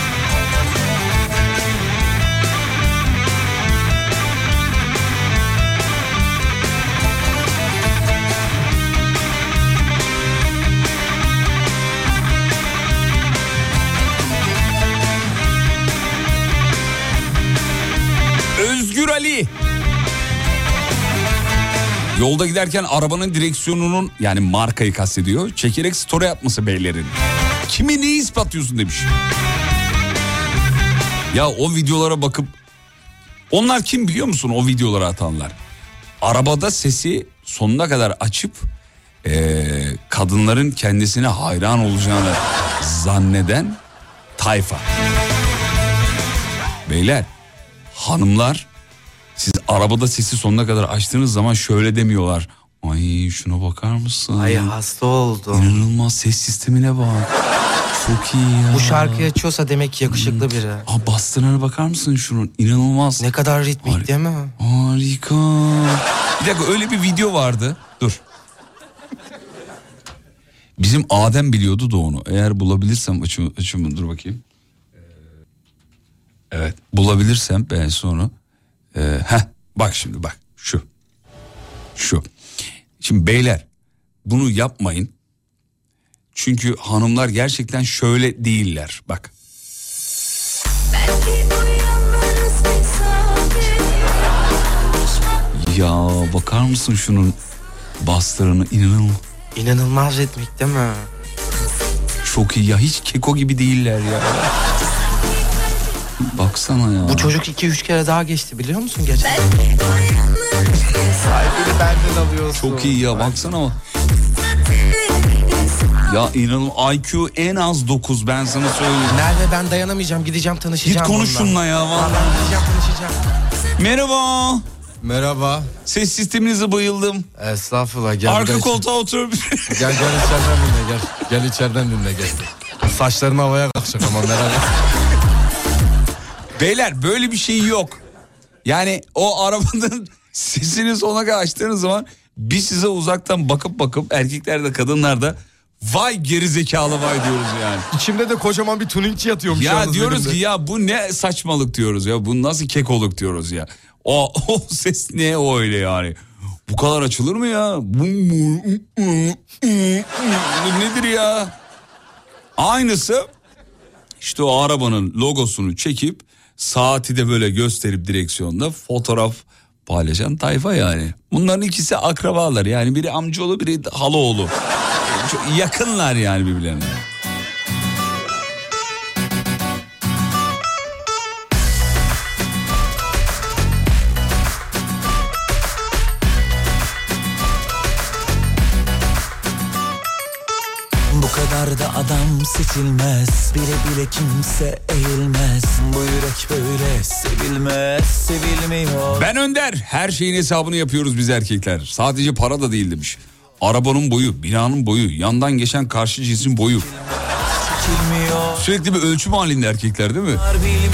Özgür Ali. Yolda giderken arabanın direksiyonunun, yani markayı kastediyor, çekerek story atması beylerin. Kimi neyi ispatlıyorsun demiş. Ya o videolara bakıp, onlar kim biliyor musun o videoları atanlar? Arabada sesi sonuna kadar açıp kadınların kendisine hayran olacağını zanneden tayfa. Beyler, hanımlar, siz arabada sesi sonuna kadar açtığınız zaman şöyle demiyorlar. Ay şuna bakar mısın? Ay hasta oldum. İnanılmaz, ses sistemine bak. Çok iyi ya. Bu şarkıyı açıyorsa demek ki yakışıklı biri. Aa, bastırana bakar mısın şunun? İnanılmaz. Ne kadar ritmik değil mi? Harika. Bir dakika, öyle bir video vardı. Dur. Bizim Adem biliyordu da onu. Eğer bulabilirsem açımı dur bakayım. Evet, bulabilirsem ben sonra. Bak şimdi bak şu. Şimdi beyler, bunu yapmayın. Çünkü hanımlar gerçekten şöyle değiller. Bak. Ya bakar mısın şunun bastırını, İnanılmaz ritmik değil mi? Çok iyi ya, hiç keko gibi değiller ya. Baksana ya. Bu çocuk 2-3 kere daha geçti biliyor musun geçen? Sahibini benden alıyorsun. Çok iyi ya, baksana o. Ya inanılmaz, IQ en az 9, ben sana söyleyeyim. Nerede, ben dayanamayacağım, gideceğim tanışacağım. Git konuş şununla ya vallahi. Gideceğim tanışacağım. Merhaba. Merhaba. Ses sisteminize bayıldım. Estağfurullah. Gel arka koltuğa otur. Gel içeriden dinle gel. Gel içeriden dinle gel. Saçların havaya kalkacak ama merak etme. Beyler böyle bir şey yok. Yani o arabanın sesini sona kadar açtığınız zaman biz size uzaktan bakıp erkekler de kadınlar da vay gerizekalı vay diyoruz yani. İçimde de kocaman bir tuningçi yatıyormuş. Ya diyoruz ki ya bu ne saçmalık diyoruz ya, bu nasıl kekoluk diyoruz ya. O ses ne o öyle yani. Bu kadar açılır mı ya? Nedir ya? Aynısı işte o arabanın logosunu çekip saati de böyle gösterip direksiyonda fotoğraf paylaşan tayfa yani. Bunların ikisi akrabalar yani, biri amcaoğlu biri halaoğlu. Çok yakınlar yani birbirlerine. Bu kadar da adam seçilmez, bile bile kimse eğilmez. Bu yürek böyle sevilmez, sevilmiyor. Ben Önder, her şeyin hesabını yapıyoruz biz erkekler. Sadece para da değil demiş. Arabanın boyu, binanın boyu, yandan geçen karşı cinsin boyu. Sürekli bir ölçüm halinde erkekler değil mi?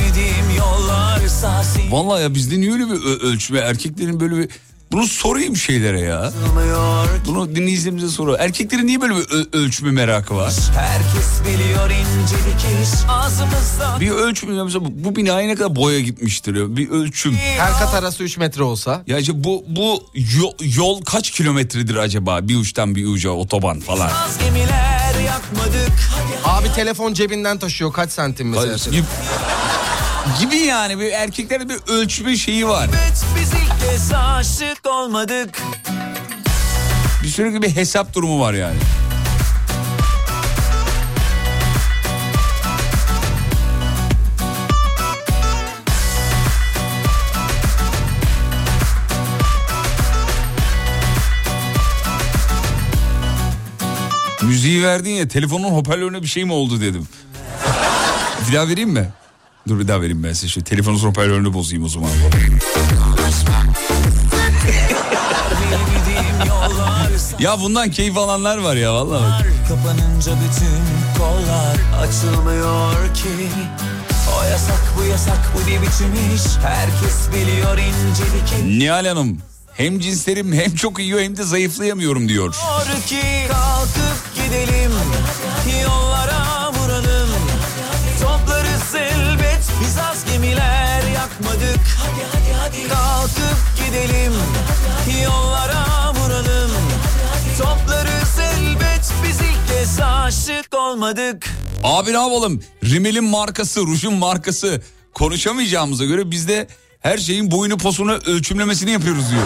Vallahi ya bizde niye öyle bir ölçme, erkeklerin böyle bir... Bunu sorayım şeylere ya. Bunu dinleyicilerimize soruyor. Erkeklerin niye böyle bir ölçme merakı var? Herkes biliyor incelik iş ağzımızda. Bir ölçüm, mesela bu binaya ne kadar boya gitmiştir, bir ölçüm. Her kat arası 3 metre olsa. Ya işte bu yol kaç kilometredir acaba, bir uçtan bir uca otoban falan. Abi telefon cebinden taşıyor, kaç santim mesela? Gibi yani, bir erkeklerde bir ölçme şeyi var. Biz ilk kez aşık olmadık. Bir sürekli bir hesap durumu var yani. Müziği verdin ya, telefonun hoparlörüne bir şey mi oldu dedim. Bir daha vereyim mi? Dur bir daha vereyim ben size. Şu telefonun hoparlörünü bozayım o zaman. Ya bundan keyif alanlar var ya vallahi. Kapanınca bütün kollar açılmıyor ki. O yasak bu yasak, bu ne biçim iş. Herkes biliyor incelik. Nihal Hanım, hem cinslerim hem çok yiyor hem de zayıflayamıyorum diyor. Ki kalkıp gidelim, yollara vuralım. Toplarız elbet, biz az gemiler yakmadık. Hadi kalkıp gidelim, yollara vuralım. Toplarız elbet, biz ilk kez aşık olmadık. Abi ne yapalım? Rimel'in markası, rujun markası konuşamayacağımıza göre biz de her şeyin boyunu posunu ölçümlemesini yapıyoruz diyor.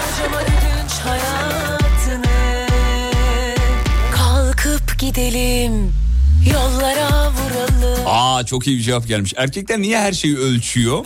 Kalkıp gidelim, yollara vuralım. Aa, çok iyi bir cevap gelmiş. Erkekler niye her şeyi ölçüyor?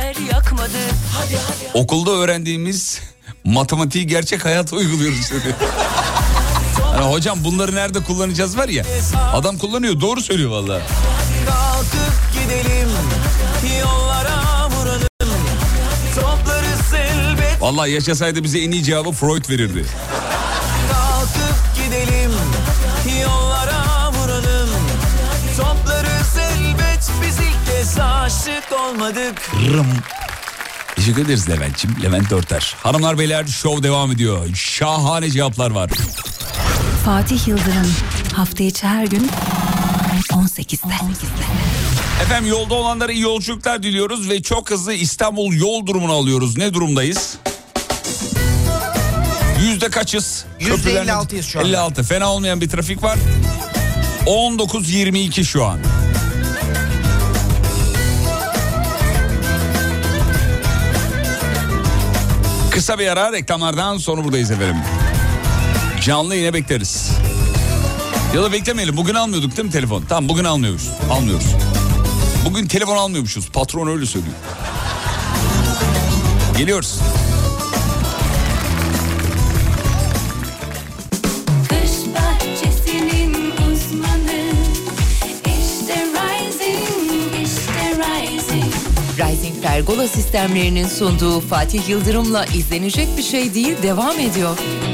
Okulda öğrendiğimiz matematiği gerçek hayata uyguluyoruz işte. Yani hocam bunları nerede kullanacağız var ya. Adam kullanıyor, doğru söylüyor vallahi. Kalkıp gidelim, yollara vuralım. Toplarız elbet. Vallahi yaşasaydı bize en iyi cevabı Freud verirdi. Kalkıp gidelim, yollara vuralım. Toplarız elbet, biz ilk kez aşık olmadık. Teşekkür ederiz Levent'ciğim. Levent Dörter. Hanımlar beyler, şov devam ediyor. Şahane cevaplar var. Fatih Yıldırım hafta içi her gün 18'de. Efendim, yolda olanlara iyi yolculuklar diliyoruz ve çok hızlı İstanbul yol durumunu alıyoruz. Ne durumdayız? Yüzde kaçız? %56'yız şu anda. 56. Fena olmayan bir trafik var. 19.22 şu an. Kısa bir ara, reklamlardan sonra buradayız efendim. Canlı yine bekleriz. Ya da beklemeyelim. Bugün almıyorduk değil mi telefon? Tamam, bugün almıyoruz. Bugün telefon almıyormuşuz. Patron öyle söylüyor. Geliyoruz. Kış bahçesinin uzmanı, işte Rising, işte Rising. Rising Pergola sistemlerinin sunduğu Fatih Yıldırım'la izlenecek bir şey değil devam ediyor.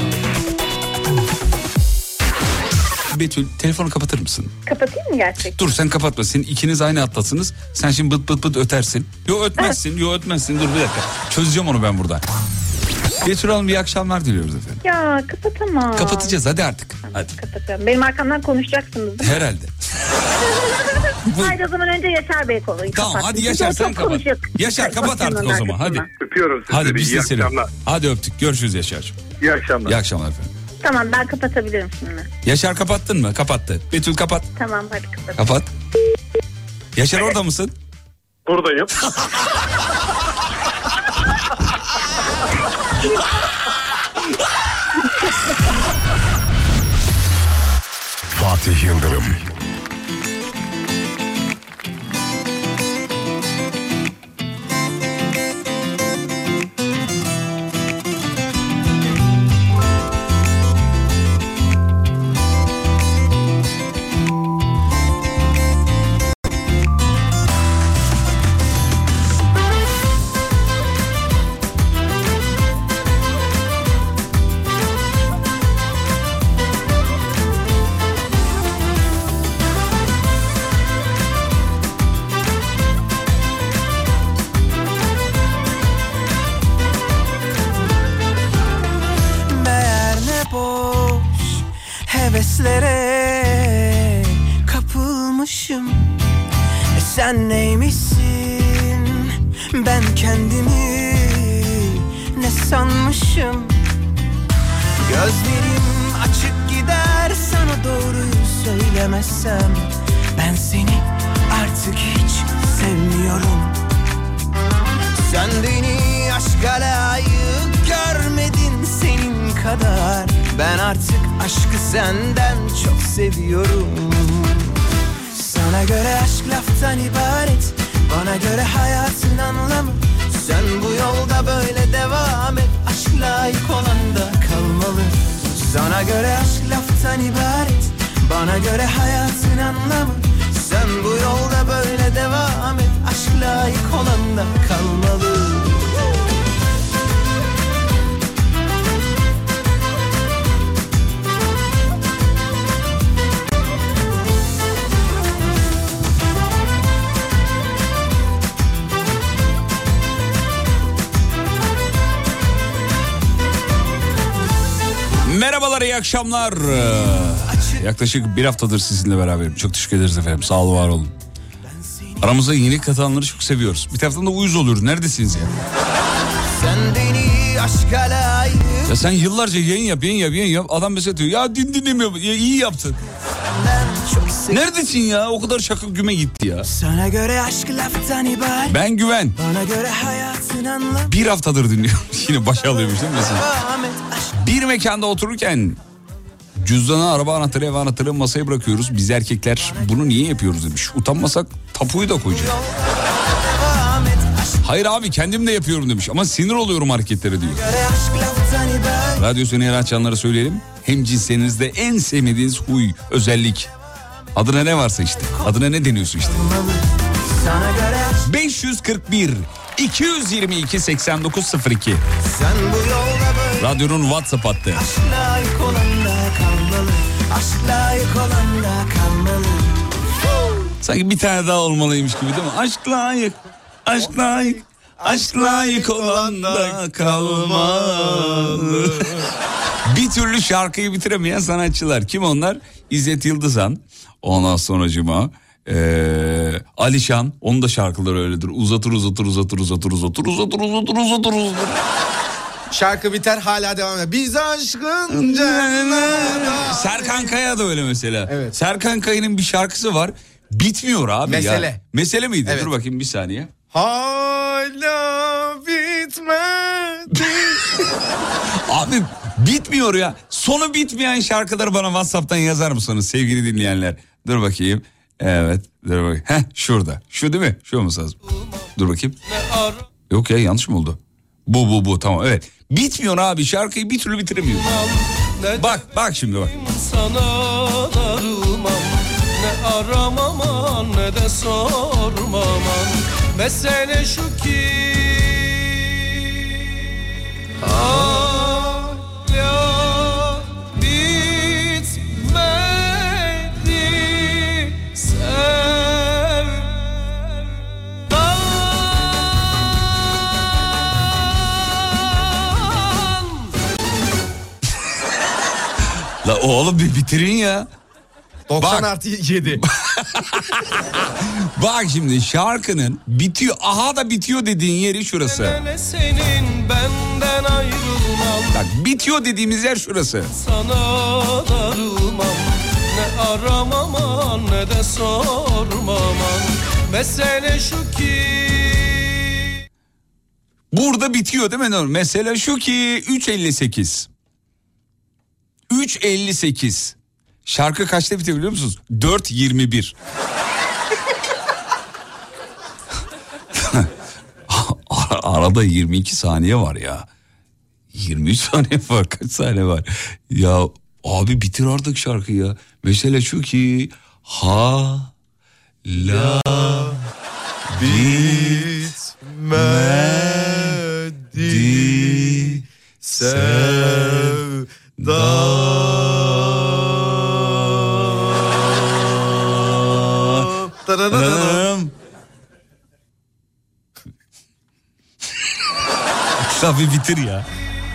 Betül telefonu kapatır mısın? Kapatayım mı gerçekten? Dur sen kapatma. Senin ikiniz aynı hattasınız. Sen şimdi bıt bıt bıt ötersin. Yo ötmezsin. Yo ötmezsin. Dur bir dakika. Çözeceğim onu ben buradan. Betül Hanım iyi akşamlar diliyoruz efendim. Ya kapatamam. Kapatacağız hadi artık. Hadi. Kapatacağım. Benim arkamdan konuşacaksınız değil mi? Herhalde. Haydi o zaman önce Yaşar Bey konuyu Tamam kapat. hadi Yaşar sen kapat. Yaşar kapat artık o zaman hadi. Öpüyorum sizleri. Hadi biz İyi de seni. akşamlar. Hadi öptük. Görüşürüz Yaşar'cığım. İyi akşamlar. İyi akşamlar efendim. Tamam ben kapatabilirim şimdi. Yaşar kapattın mı? Kapattı. Betül kapat. Tamam hadi kapat. Kapat. Yaşar orada mısın? Buradayım. Fatih Yıldırım. Meğer ne boş heveslere kapılmışım. Sen neymişsin, ben kendimi ne sanmışım. Gözlerim açık gider sana doğruyu söylemezsem. Ben seni artık hiç sevmiyorum. Sen beni aşka layık görmedin senin kadar. Ben artık aşkı senden çok seviyorum. Sana göre aşk laftan ibaret, bana göre hayatın anlamı. Sen bu yolda böyle devam et, aşk layık olan da kalmalı. Sana göre aşk laftan ibaret, bana göre hayatın anlamı. Sen bu yolda böyle devam et, aşk layık olan da kalmalı. Merhabalar, iyi akşamlar. Yaklaşık bir haftadır sizinle beraberim. Çok teşekkür ederiz efendim. Sağ olun, var olun. Aramıza yeni katılanları çok seviyoruz. Bir taraftan da uyuz oluyoruz. Neredesiniz ya? Sen beni aşka layık. Ya sen yıllarca yayın yap. Adam mesela diyor ya dinlemiyor. Ya iyi yaptın. Neredesin ya? O kadar şaka güme gitti ya. Sana göre aşk laftan ibaret. Ben Güven. Bana göre hayatın anlamı. Bir haftadır dinliyorum. Yine başa alıyormuş değil mi mesela? Bir mekanda otururken cüzdanı, araba anahtarı, ev anahtarı masaya bırakıyoruz. Biz erkekler bunu niye yapıyoruz demiş. Utanmasak tapuyu da koyacağız. Hayır abi kendim de yapıyorum demiş ama sinir oluyorum hareketlere diyor. Radyo Seni açanlara söyleyelim. Hem cinslerinizde en sevmediğiniz huy, özellik. Adına ne varsa işte. Adına ne deniyorsun işte. 541 222 8902. Radyonun WhatsApp hattı. Aşk layık olan da kalmalı. Aşk layık olan da kalmalı. Sanki bir tane daha olmalıymış gibi değil mi? Aşk layık, aşk layık, aşk layık olan da kalmalı. Bir türlü şarkıyı bitiremeyen sanatçılar. Kim onlar? İzzet Yıldızhan. Ondan sonracıma Alişan. Onun da şarkıları öyledir. Uzatır. Şarkı biter hala devam eder. Biz aşkın cennet. Serkan Kaya da öyle mesela. Evet. Serkan Kaya'nın bir şarkısı var. Bitmiyor abi Mesele. ya. Mesele miydi? Evet. Dur bakayım bir saniye. Hala bitmedi. Abi bitmiyor ya. Sonu bitmeyen şarkıları bana WhatsApp'tan yazar mısınız sevgili dinleyenler? Dur bakayım. Evet. Dur bakayım. Heh, şurada. Şu değil mi? Şu olması lazım. Dur bakayım. Yok ya, yanlış mı oldu? Bu tamam, evet. Bitmiyor abi, şarkıyı bir türlü bitiremiyor. Bak şimdi bak. Sana darılmam, ne aramam ne de sormam. Mesele şu ki hala bitmedi La oğlum bir bitirin ya. 90 artı 7. Bak şimdi şarkının bitiyor. Aha da bitiyor dediğin yeri şurası. senin benden ayrılmam. Bak bitiyor dediğimiz yer şurası. Sana darılmam, ne aramam ne de sormam. Mesele şu ki. Burada bitiyor değil mi? Mesela şu ki 3.58. 3.58. Şarkı kaçta bitiyor biliyor musunuz? 4.21. Arada 22 saniye var ya. 23 saniye var, kaç saniye var? Ya abi bitir artık şarkıyı ya. Mesela şu ki hala bitmedi sevdam. Tabii bitir ya.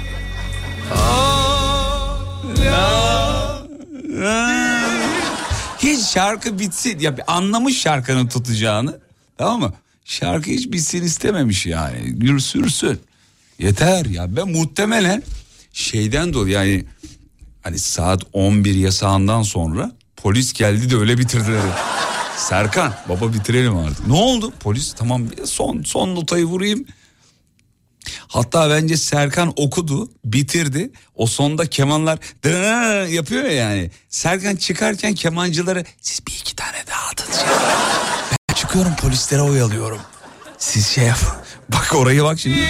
Hiç şarkı bitsin ya, anlamış şarkının tutacağını, tamam mı? Şarkı hiç bitsin istememiş yani, sürsün yeter ya. Ben muhtemelen şeyden dolayı yani hani saat 11 yasağından sonra polis geldi de öyle bitirdiler. Serkan baba bitirelim artık. Ne oldu? Polis tamam son notayı vurayım. Hatta bence Serkan okudu, bitirdi. O sonda kemanlar yapıyor ya yani. Serkan çıkarken kemancıları siz bir iki tane daha atın. Ben çıkıyorum, polislere oyalıyorum. Siz şey yap. Bak oraya bak şimdi.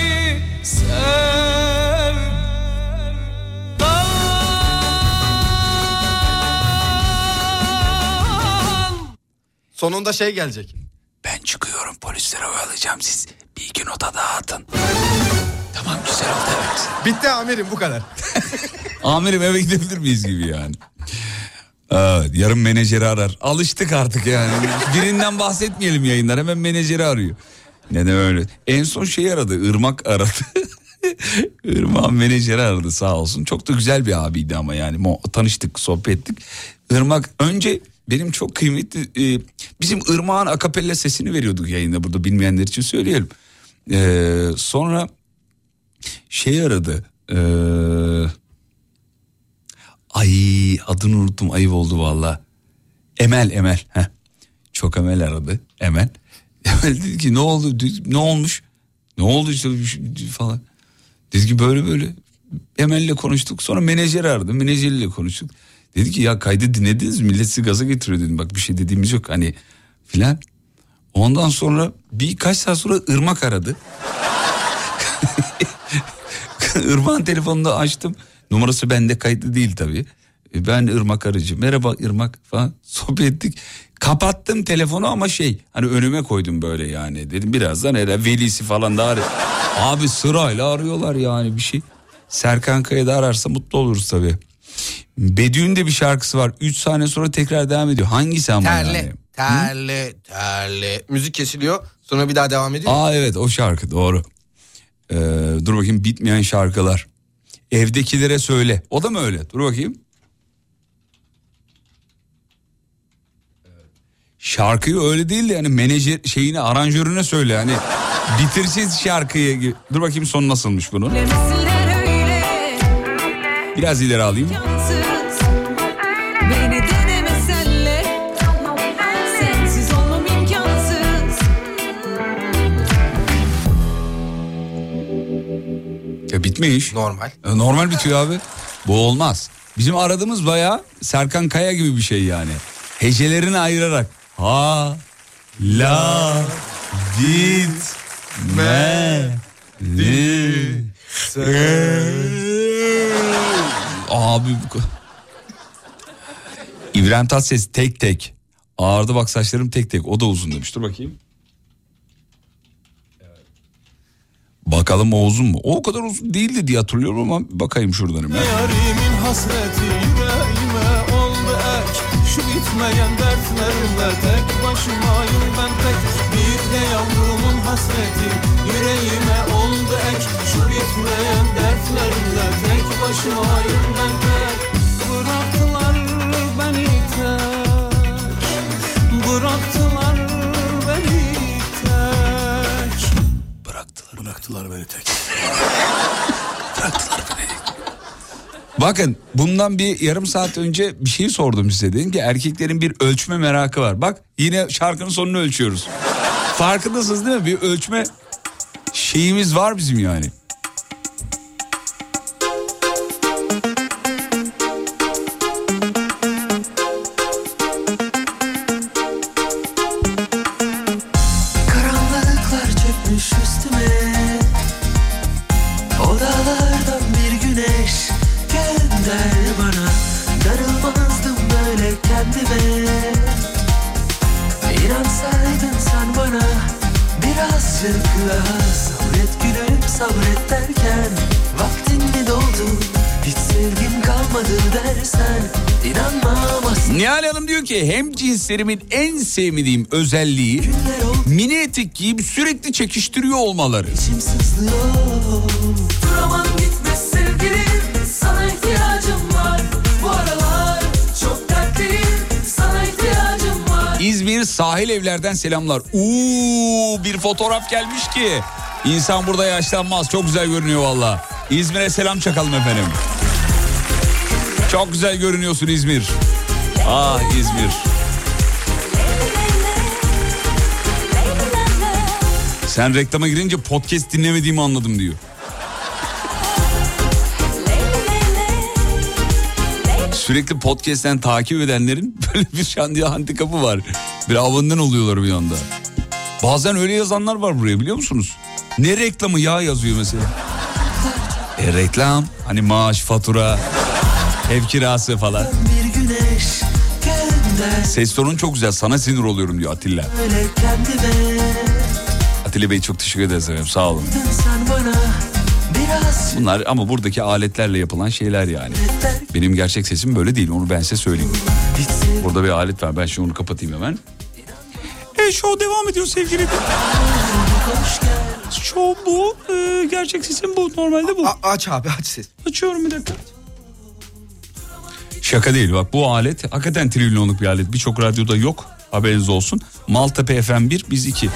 Sonunda şey gelecek. Ben çıkıyorum, polislere oyalayacağım, siz bir iki nota daha atın. Tamam, güzel oldu, evet. Bitti amirim, bu kadar. Amirim eve gidebilir miyiz gibi yani. Evet, yarın menajeri arar. Alıştık artık yani. Birinden bahsetmeyelim yayınlar, hemen menajeri arıyor. Neden öyle? En son şey aradı, Irmak aradı. Irmak'ın menajeri aradı sağ olsun. Çok da güzel bir abiydi ama yani tanıştık, sohbet ettik. Irmak önce benim çok kıymetli bizim Irmak'ın akapella sesini veriyorduk yayında, burada bilmeyenler için söyleyelim. Sonra şey aradı. Ay adını unuttum, ayıp oldu valla. Emel. Heh. Çok Emel aradı. Emel dedi ki ne oldu? Ne olmuş? Ne oldu işte falan. Dedi ki böyle. Emel'le konuştuk. Sonra menajer aradı. Menajeriyle konuştuk. Dedi ki ya kaydı dinlediniz mi? Millet sizi gaza getiriyor dedim. Bak bir şey dediğimiz yok hani filan. Ondan sonra birkaç saat sonra Irmak aradı. Irmak'ın telefonunu açtım. Numarası bende kayıtlı değil tabii. Ben Irmak arıcı. Merhaba Irmak falan, sohbet ettik. Kapattım telefonu ama hani önüme koydum böyle yani. Dedim birazdan herhalde velisi falan da arıyor. Abi sırayla arıyorlar yani bir şey. Serkan Kaya'da ararsa mutlu oluruz tabii. Bedü'nün de bir şarkısı var. 3 saniye sonra tekrar devam ediyor. Hangisi ama yani? Terli. Müzik kesiliyor, sonra bir daha devam ediyor. Aa evet, o şarkı doğru. Dur bakayım, bitmeyen şarkılar. Evdekilere söyle. O da mı öyle? Dur bakayım. Şarkıyı öyle değil de yani menajer aranjörüne söyle hani bitireceğiz şarkıyı. Dur bakayım son nasılmış bunu. Biraz ileri alayım. Beni denemesenle sensiz olmam imkansız. Ya bitmiş. Normal. Normal bitiyor abi. Bu olmaz. Bizim aradığımız bayağı Serkan Kaya gibi bir şey yani. Hecelerini ayırarak. hala gitmedi. Abi İbrahim Tatlıses tek tek. Ağırdı bak saçlarım tek tek. O da uzun demiş. Dur bakayım. Bakalım o uzun mu? O kadar uzun değildi diye hatırlıyorum ama bakayım şuradan hemen. Yarimin hasreti yüreğime oldu ek. Şu bitmeyen dertlerimle tek başımayım ben tek. Bir de yavrumun hasreti yüreğime oldu ek. Şu bitmeyen dertlerimle tek başımayım ben tek. Bıraktılar beni tek. Bıraktılar beni tek. Bıraktılar beni tek. Bıraktılar beni. Bakın bundan bir yarım saat önce bir şey sordum size. Dedim ki erkeklerin bir ölçme merakı var. Bak yine şarkının sonunu ölçüyoruz. Farkındasınız değil mi? Bir ölçme şeyimiz var bizim yani. Karanlıklar çökmüş üstüme. Odalardan bir güneş gönder bana. Darılmazdım böyle kendime. İnansaydın sen bana birazcık daha. Sabret gülüm sabret derken vaktin mi doldu? Hiç sevgim kalmadı dersen inanmam aslında. Nihal Hanım diyor ki hem cinslerimin en sevmediğim özelliği mini etek giyip sürekli çekiştiriyor olmaları. İçim sızlıyor. Duramam gitme sevgilim, sana ihtiyacım var. Bu aralar çok dertliyim, sana ihtiyacım var. İzmir sahil evlerden selamlar. Bir fotoğraf gelmiş ki insan burada yaşlanmaz. Çok güzel görünüyor valla. İzmir'e selam çakalım efendim. Çok güzel görünüyorsun İzmir. Ah İzmir. Sen reklama girince podcast dinlemediğimi anladım diyor. Sürekli podcast'ten takip edenlerin böyle bir şandiye handikapı var. Bir aboneden oluyorlar bir anda. Bazen öyle yazanlar var buraya biliyor musunuz? Ne reklamı ya yazıyor mesela. Reklam hani maaş, fatura, ev kirası falan. Ses tonun çok güzel, sana sinir oluyorum diyor Atilla. Atilla Bey çok teşekkür ederiz efendim, sağ olun. Bunlar ama buradaki aletlerle yapılan şeyler yani. Benim gerçek sesim böyle değil, onu ben size söyleyeyim. Burada bir alet var, ben şimdi onu kapatayım hemen. Show devam ediyor sevgili. Show bu, gerçek sesim bu, normalde bu. Aç abi, aç ses. Açıyorum bir dakika. Şaka değil bak, bu alet hakikaten trilyonluk bir alet. Birçok radyoda yok, haberiniz olsun. Maltepe FM 1, biz 2.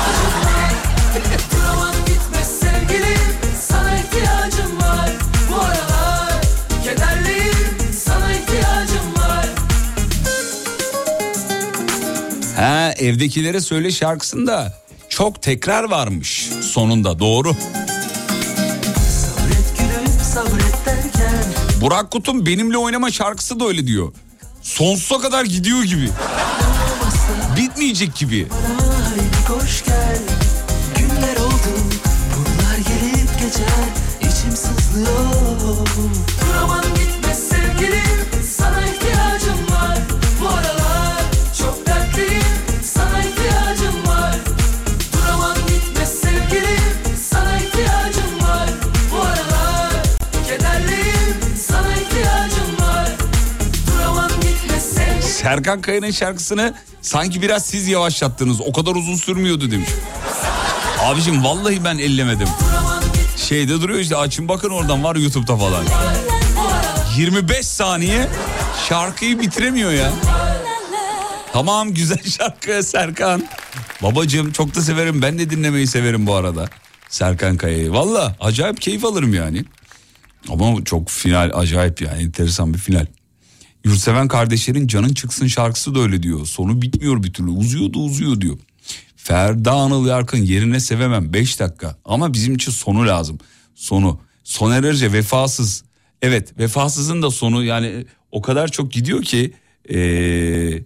Ha, evdekilere söyle şarkısında çok tekrar varmış sonunda, doğru. Sabret gülüm sabret derken. Burak Kut'un Benimle Oynama şarkısı da öyle diyor. Sonsuza kadar gidiyor gibi. Bitmeyecek gibi. Haydi koş gel. Günler oldu. Bunlar gelip geçer. İçim sızlıyor. Duramam gitme sevgilim, sana ihtiyacım var. Bu aralar çok dertliyim, sana ihtiyacım var. Duramam gitme sevgilim, sana ihtiyacım var. Bu aralar kederliyim, sana ihtiyacım var. Duramam gitme sevgilim. Serkan Kaya'nın şarkısını sanki biraz siz yavaşlattınız. O kadar uzun sürmüyordu demiş. Abicim vallahi ben ellemedim. Şeyde duruyor işte, açın bakın oradan, var YouTube'da falan. 25 saniye şarkıyı bitiremiyor ya. Tamam, güzel şarkı Serkan. Babacığım çok da severim, ben de dinlemeyi severim bu arada. Serkan Kaya'yı. Valla acayip keyif alırım yani. Ama çok final acayip yani, enteresan bir final. Yurtseven kardeşlerin Canın Çıksın şarkısı da öyle diyor. Sonu bitmiyor bir türlü, uzuyor diyor. Ferda Anıl Yarkın Yerine Sevemem 5 dakika. Ama bizim için sonu lazım. Sonu. Soner Erce Vefasız. Evet, Vefasız'ın da sonu yani o kadar çok gidiyor ki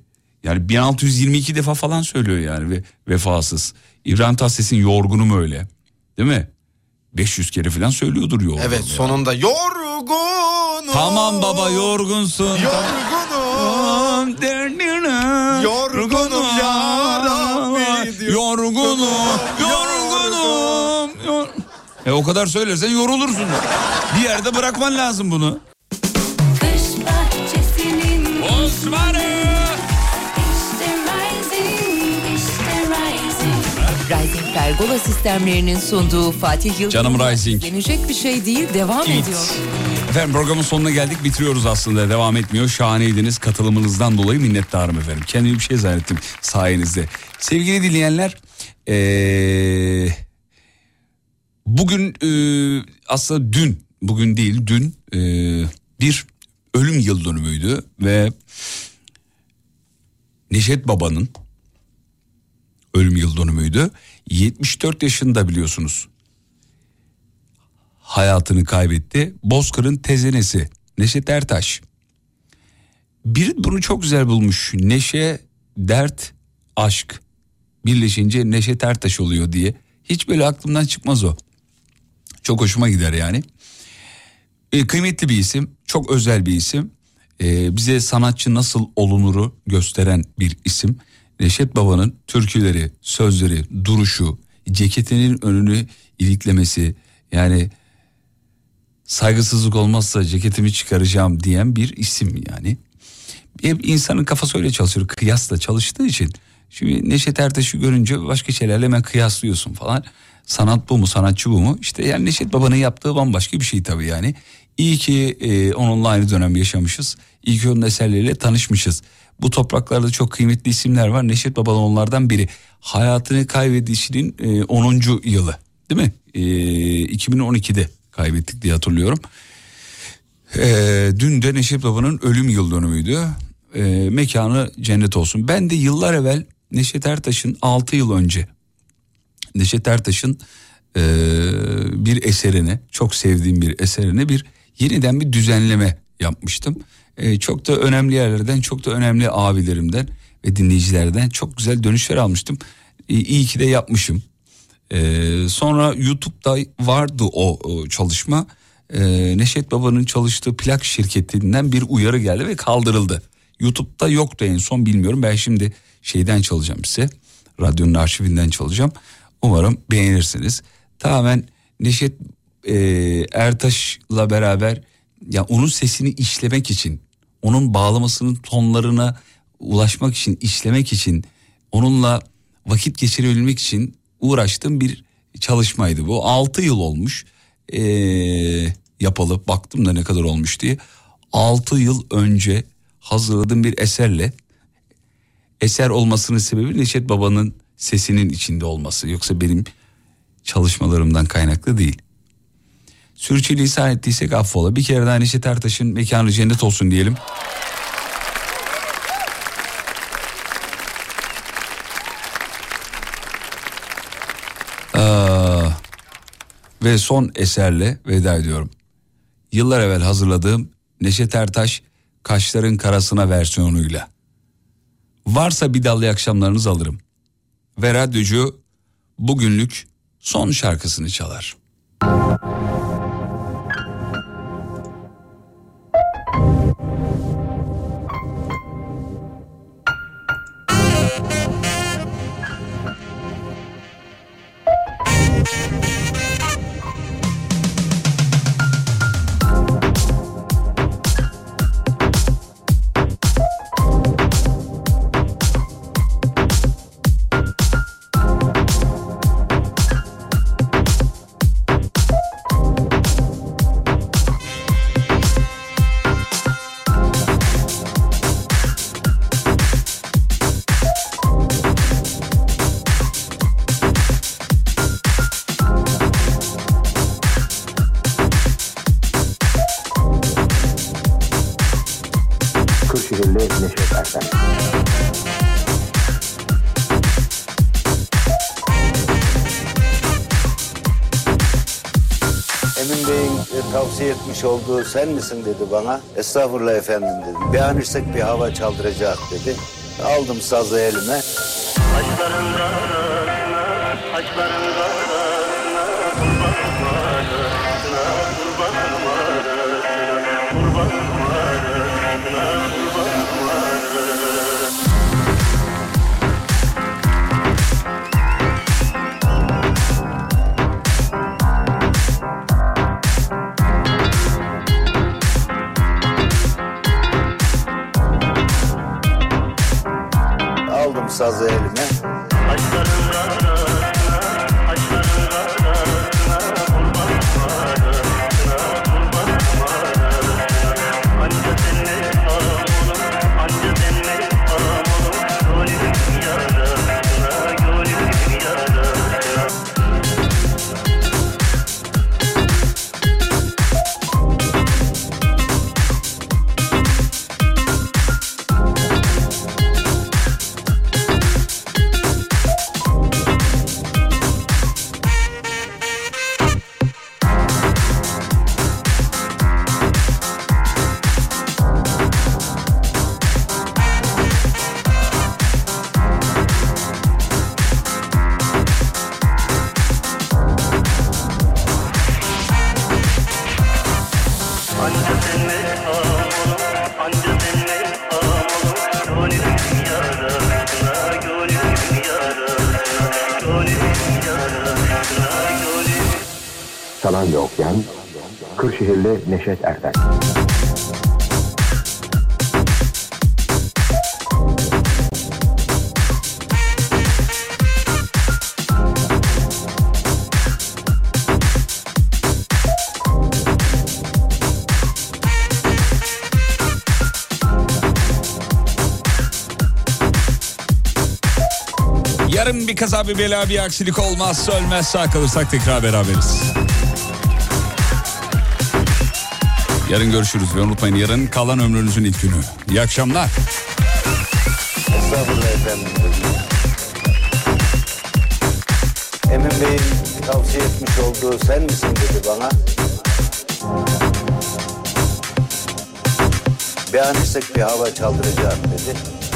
Yani 1622 defa falan söylüyor yani ve vefasız. İbrahim Tatlıses'in Yorgunum öyle. Değil mi? 500 kere falan söylüyordur Yorgunum. Evet ya. Sonunda yorgunum. Tamam baba yorgunsun. Yorgunum. Yorgunum ya Rabbi diyor. Yorgunum. O kadar söylersen yorulursun. Bir yerde bırakman lazım bunu. Kış bahçesinin Osman'ı. Rising Pergola sistemlerinin sunduğu Fatih Yıldırım. Canım Rising. Denecek bir şey değil, devam ediyor. Efendim programın sonuna geldik, bitiriyoruz aslında, devam etmiyor. Şahaneydiniz, katılımınızdan dolayı minnettarım efendim. Kendimi bir şey zannettim sayenizde. Sevgili dinleyenler, bugün aslında bugün değil dün bir ölüm yıl dönümüydü ve Neşet Baba'nın ölüm yıl dönümüydü. 74 yaşında biliyorsunuz. Hayatını kaybetti. Bozkır'ın tezenesi Neşet Ertaş. Biri bunu çok güzel bulmuş. Neşe, dert, aşk birleşince Neşet Ertaş oluyor diye. Hiç böyle aklımdan çıkmaz o. Çok hoşuma gider yani. Kıymetli bir isim, çok özel bir isim. Bize sanatçı nasıl olunuru gösteren bir isim. Neşet Baba'nın türküleri, sözleri, duruşu, ceketinin önünü iliklemesi, yani saygısızlık olmazsa ceketimi çıkaracağım diyen bir isim yani. Hep insanın kafası öyle çalışıyor, kıyasla çalıştığı için. Şimdi Neşet Ertaş'ı görünce başka şeylerle hemen kıyaslıyorsun falan. Sanat bu mu, sanatçı bu mu? İşte yani Neşet Baba'nın yaptığı bambaşka bir şey tabii yani. İyi ki onunla aynı dönem yaşamışız. İyi ki onun eserleriyle tanışmışız. Bu topraklarda çok kıymetli isimler var. Neşet Baba onlardan biri. Hayatını kaybedişinin 10. yılı değil mi? 2012'de kaybettik diye hatırlıyorum. Dün de Neşet Baba'nın ölüm yıl dönümüydü. Mekanı cennet olsun. Ben de yıllar evvel Neşet Ertaş'ın 6 yıl önce Neşet Ertaş'ın bir eserine, çok sevdiğim bir eserine yeniden bir düzenleme yapmıştım. Çok da önemli yerlerden, çok da önemli abilerimden ve dinleyicilerden çok güzel dönüşler almıştım. İyi ki de yapmışım. Sonra YouTube'da vardı o çalışma. Neşet Baba'nın çalıştığı plak şirketinden bir uyarı geldi ve kaldırıldı. YouTube'da yoktu en son, bilmiyorum. Ben şimdi şeyden çalacağım size. Radyonun arşivinden çalacağım. Umarım beğenirsiniz. Tamamen Neşet Ertaş'la beraber, ya onun sesini işlemek için, onun bağlamasının tonlarına ulaşmak için, işlemek için, onunla vakit geçirebilmek için uğraştığım bir çalışmaydı bu. 6 yıl olmuş yapalı, baktım da ne kadar olmuş diye. 6 yıl önce hazırladığım bir eserle, eser olmasının sebebi Neşet Baba'nın sesinin içinde olması, yoksa benim çalışmalarımdan kaynaklı değil. Sürçülisan ettiysek affola. Bir kere daha Neşet Ertaş'ın mekanı cennet olsun diyelim. Ve son eserle veda ediyorum. Yıllar evvel hazırladığım Neşet Ertaş Kaşların Karasına versiyonuyla. Varsa bir dallı akşamlarınız alırım. Ve radyocu bugünlük son şarkısını çalar. Oldu, sen misin dedi bana. Estağfurullah efendim dedim. Beğenirsek bir hava çaldıracak dedi. Aldım sazı elime. Aldım sazı elime. Çalan ve okuyan Kırşehirli Neşet Ertaş. Yarın bir kaza bir bela bir aksilik olmazsa ölmez sağ kalırsak tekrar beraberiz. Yarın görüşürüz ve unutmayın yarın kalan ömrünüzün ilk günü. İyi akşamlar. Estağfurullah efendim. Emin Bey'in tavsiye etmiş olduğu sen misin dedi bana. Bir an istek bir hava çaldıracağım dedi.